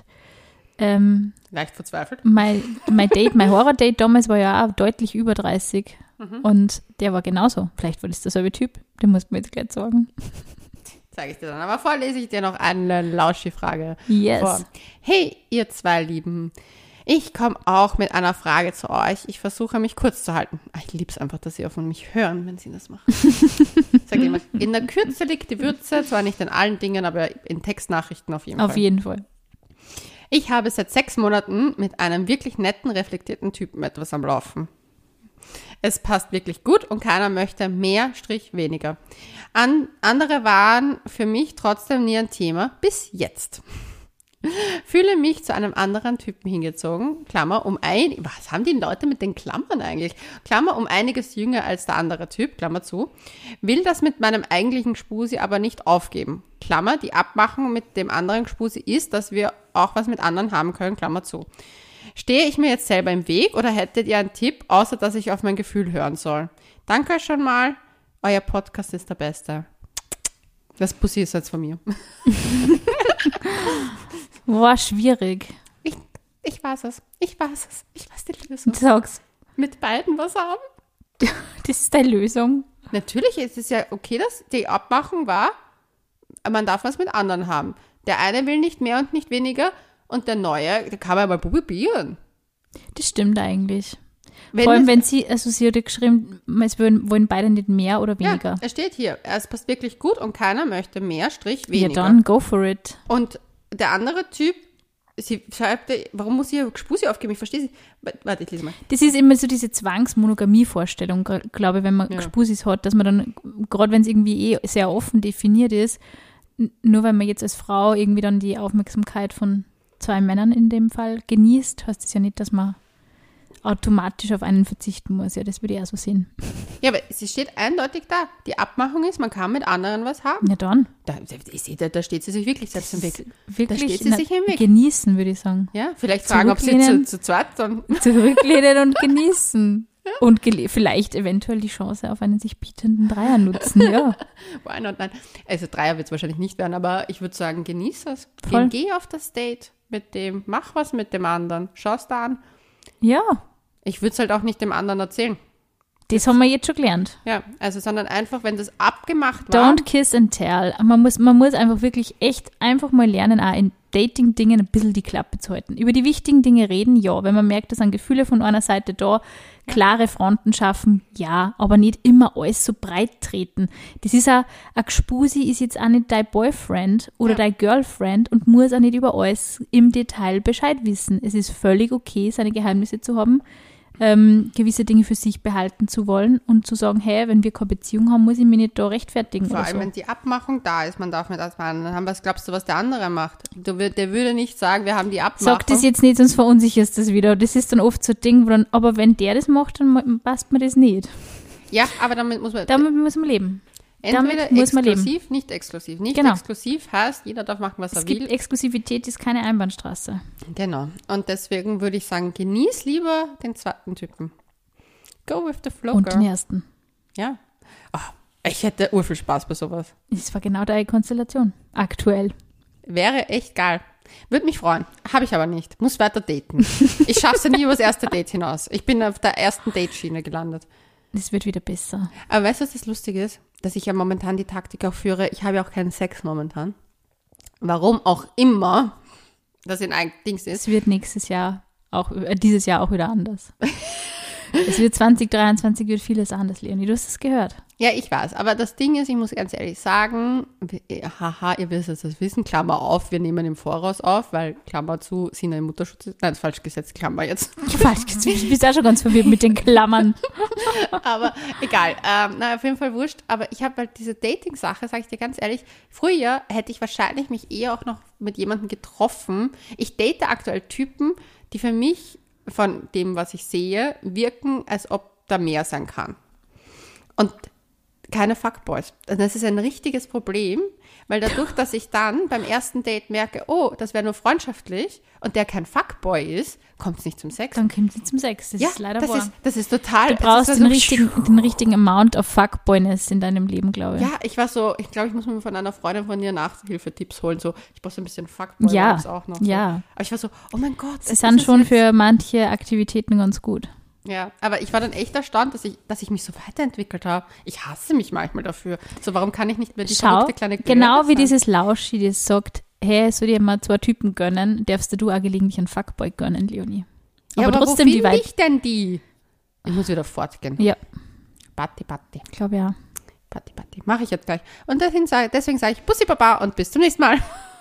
Leicht verzweifelt. Mein Horror-Date damals war ja auch deutlich über 30. Und der war genauso. Vielleicht war das derselbe Typ. Den musst du mir jetzt gleich sagen. Zeige ich dir dann. Aber vorlese ich dir noch eine Lauschi-Frage Yes. vor. Hey, ihr zwei Lieben. Ich komme auch mit einer Frage zu euch. Ich versuche, mich kurz zu halten. Ich liebe es einfach, dass sie auch von mich hören, wenn sie das machen. Sag immer, in der Kürze liegt die Würze. Zwar nicht in allen Dingen, aber in Textnachrichten auf jeden Fall. Auf jeden Fall. Ich habe seit 6 Monaten mit einem wirklich netten, reflektierten Typen etwas am Laufen. Es passt wirklich gut und keiner möchte mehr, weniger. Andere waren für mich trotzdem nie ein Thema, bis jetzt. Fühle mich zu einem anderen Typen hingezogen, Klammer, was haben die Leute mit den Klammern eigentlich? Klammer, um einiges jünger als der andere Typ, Klammer zu, will das mit meinem eigentlichen Gspusi aber nicht aufgeben. Klammer, die Abmachung mit dem anderen Gspusi ist, dass wir auch was mit anderen haben können, Klammer zu. Stehe ich mir jetzt selber im Weg oder hättet ihr einen Tipp, außer dass ich auf mein Gefühl hören soll? Danke euch schon mal, euer Podcast ist der Beste. Das Pussy ist jetzt von mir. War schwierig. Ich weiß es. Ich weiß die Lösung. Sag's. Mit beiden was haben? Das ist deine Lösung. Natürlich ist es ja okay, dass die Abmachung war, man darf was mit anderen haben. Der eine will nicht mehr und nicht weniger und der Neue, da kann man mal probieren. Das stimmt eigentlich. Vor allem, wenn sie hat geschrieben, es wollen beide nicht mehr oder weniger. Ja, es steht hier, es passt wirklich gut und keiner möchte mehr, weniger. Ja, dann go for it. Und der andere Typ, sie schreibt, warum muss sie ihr Gspusi aufgeben? Ich verstehe sie. Warte, ich lese mal. Das ist immer so diese Zwangsmonogamie-Vorstellung, glaube ich, wenn man Gspusis hat, dass man dann, gerade wenn es irgendwie sehr offen definiert ist, nur weil man jetzt als Frau irgendwie dann die Aufmerksamkeit von 2 Männern in dem Fall genießt, heißt das ja nicht, dass man automatisch auf einen verzichten muss. Ja, das würde ich auch so sehen. Ja, aber es steht eindeutig da. Die Abmachung ist, man kann mit anderen was haben. Ja, dann. Da steht sie sich wirklich selbst im Weg. Wirklich da steht sie sich im Weg. Genießen, würde ich sagen. Ja, vielleicht fragen, ob sie zu zweit dann... Zurücklehnen und genießen. Und vielleicht eventuell die Chance auf einen sich bietenden Dreier nutzen, ja. Why not? Nein. Also Dreier wird es wahrscheinlich nicht werden, aber ich würde sagen, genieß es. Geh auf das Date mit dem, mach was mit dem anderen, schau es da an. Ja. Ich würde es halt auch nicht dem anderen erzählen. Das haben wir jetzt schon gelernt. Ja, also sondern einfach, wenn das abgemacht war. Don't kiss and tell. Man muss einfach wirklich echt einfach mal lernen, auch in Dating-Dingen ein bisschen die Klappe zu halten. Über die wichtigen Dinge reden, ja. Wenn man merkt, dass sind Gefühle von einer Seite da, klare Fronten schaffen, ja, aber nicht immer alles so breit treten. Das ist auch, ein Gspusi ist jetzt auch nicht dein Boyfriend oder dein Girlfriend und muss auch nicht über alles im Detail Bescheid wissen. Es ist völlig okay, seine Geheimnisse zu haben, gewisse Dinge für sich behalten zu wollen und zu sagen, hey, wenn wir keine Beziehung haben, muss ich mich nicht da rechtfertigen. Vor oder allem, so. wenn die Abmachung da ist, man darf mit das machen, dann was glaubst du, was der andere macht? Der würde nicht sagen, wir haben die Abmachung. Sag das jetzt nicht, sonst verunsicherst du das wieder. Das ist dann oft so ein Ding, wo dann, aber wenn der das macht, dann passt mir das nicht. Ja, aber damit muss man leben. entweder damit muss man exklusiv, leben. nicht exklusiv. Nicht Genau. exklusiv heißt, jeder darf machen, was Es er gibt will. Exklusivität, ist keine Einbahnstraße. Genau. Und deswegen würde ich sagen, genieß lieber den zweiten Typen. Go with the flow, Und girl. den ersten. Ja. Oh, ich hätte urviel Spaß bei sowas. Das war genau deine Konstellation. Aktuell. Wäre echt geil. Würde mich freuen. Habe ich aber nicht. Muss weiter daten. Ich schaffe es ja nie übers erste Date hinaus. Ich bin auf der ersten Dateschiene gelandet. Das wird wieder besser. Aber weißt du, was das Lustige ist? Dass ich ja momentan die Taktik auch führe. Ich habe ja auch keinen Sex momentan. Warum auch immer das in ein Dings ist. Es wird dieses Jahr auch wieder anders. Es wird 2023 wird vieles anders, Leonie. Du hast es gehört. Ja, ich weiß. Aber das Ding ist, ich muss ganz ehrlich sagen, haha, ihr wisst das wissen, Klammer auf, wir nehmen im Voraus auf, weil, Klammer zu, Sina im Mutterschutz ist, nein, das ist falsch gesetzt, Klammer jetzt. Falsch gesetzt, du bist auch schon ganz verwirrt mit den Klammern. Aber egal, auf jeden Fall wurscht. Aber ich habe halt diese Dating-Sache, sage ich dir ganz ehrlich, früher hätte ich wahrscheinlich mich eher auch noch mit jemandem getroffen. Ich date aktuell Typen, die für mich von dem, was ich sehe, wirken, als ob da mehr sein kann. Und keine Fuckboys. Das ist ein richtiges Problem, weil dadurch, dass ich dann beim ersten Date merke, oh, das wäre nur freundschaftlich und der kein Fuckboy ist, kommt es nicht zum Sex. Dann kommt es nicht zum Sex. Das ist leider wahr. Das ist total... Du brauchst den richtigen Amount of Fuckboyness in deinem Leben, glaube ich. Ja, ich glaube, ich muss mir von einer Freundin von dir Nachhilfetipps holen. So, ich brauche so ein bisschen Fuckboy. Ja, auch noch ja. So. Aber ich war so, oh mein Gott. Sie sind schon für manche Aktivitäten ganz gut. Ja, aber ich war dann echt erstaunt, dass ich mich so weiterentwickelt habe. Ich hasse mich manchmal dafür. So, warum kann ich nicht mehr die verrückte kleine Girl genau wie sein? dieses Lauschi, das sagt, hey, soll dir mal 2 Typen gönnen, darfst du auch gelegentlich einen Fuckboy gönnen, Leonie. Aber trotzdem, wo finde ich denn die? Ich muss wieder fortgehen. Ja. Patti. Ich glaube, ja. Patti. Mache ich jetzt gleich. Und deswegen sage ich Bussi Baba und bis zum nächsten Mal.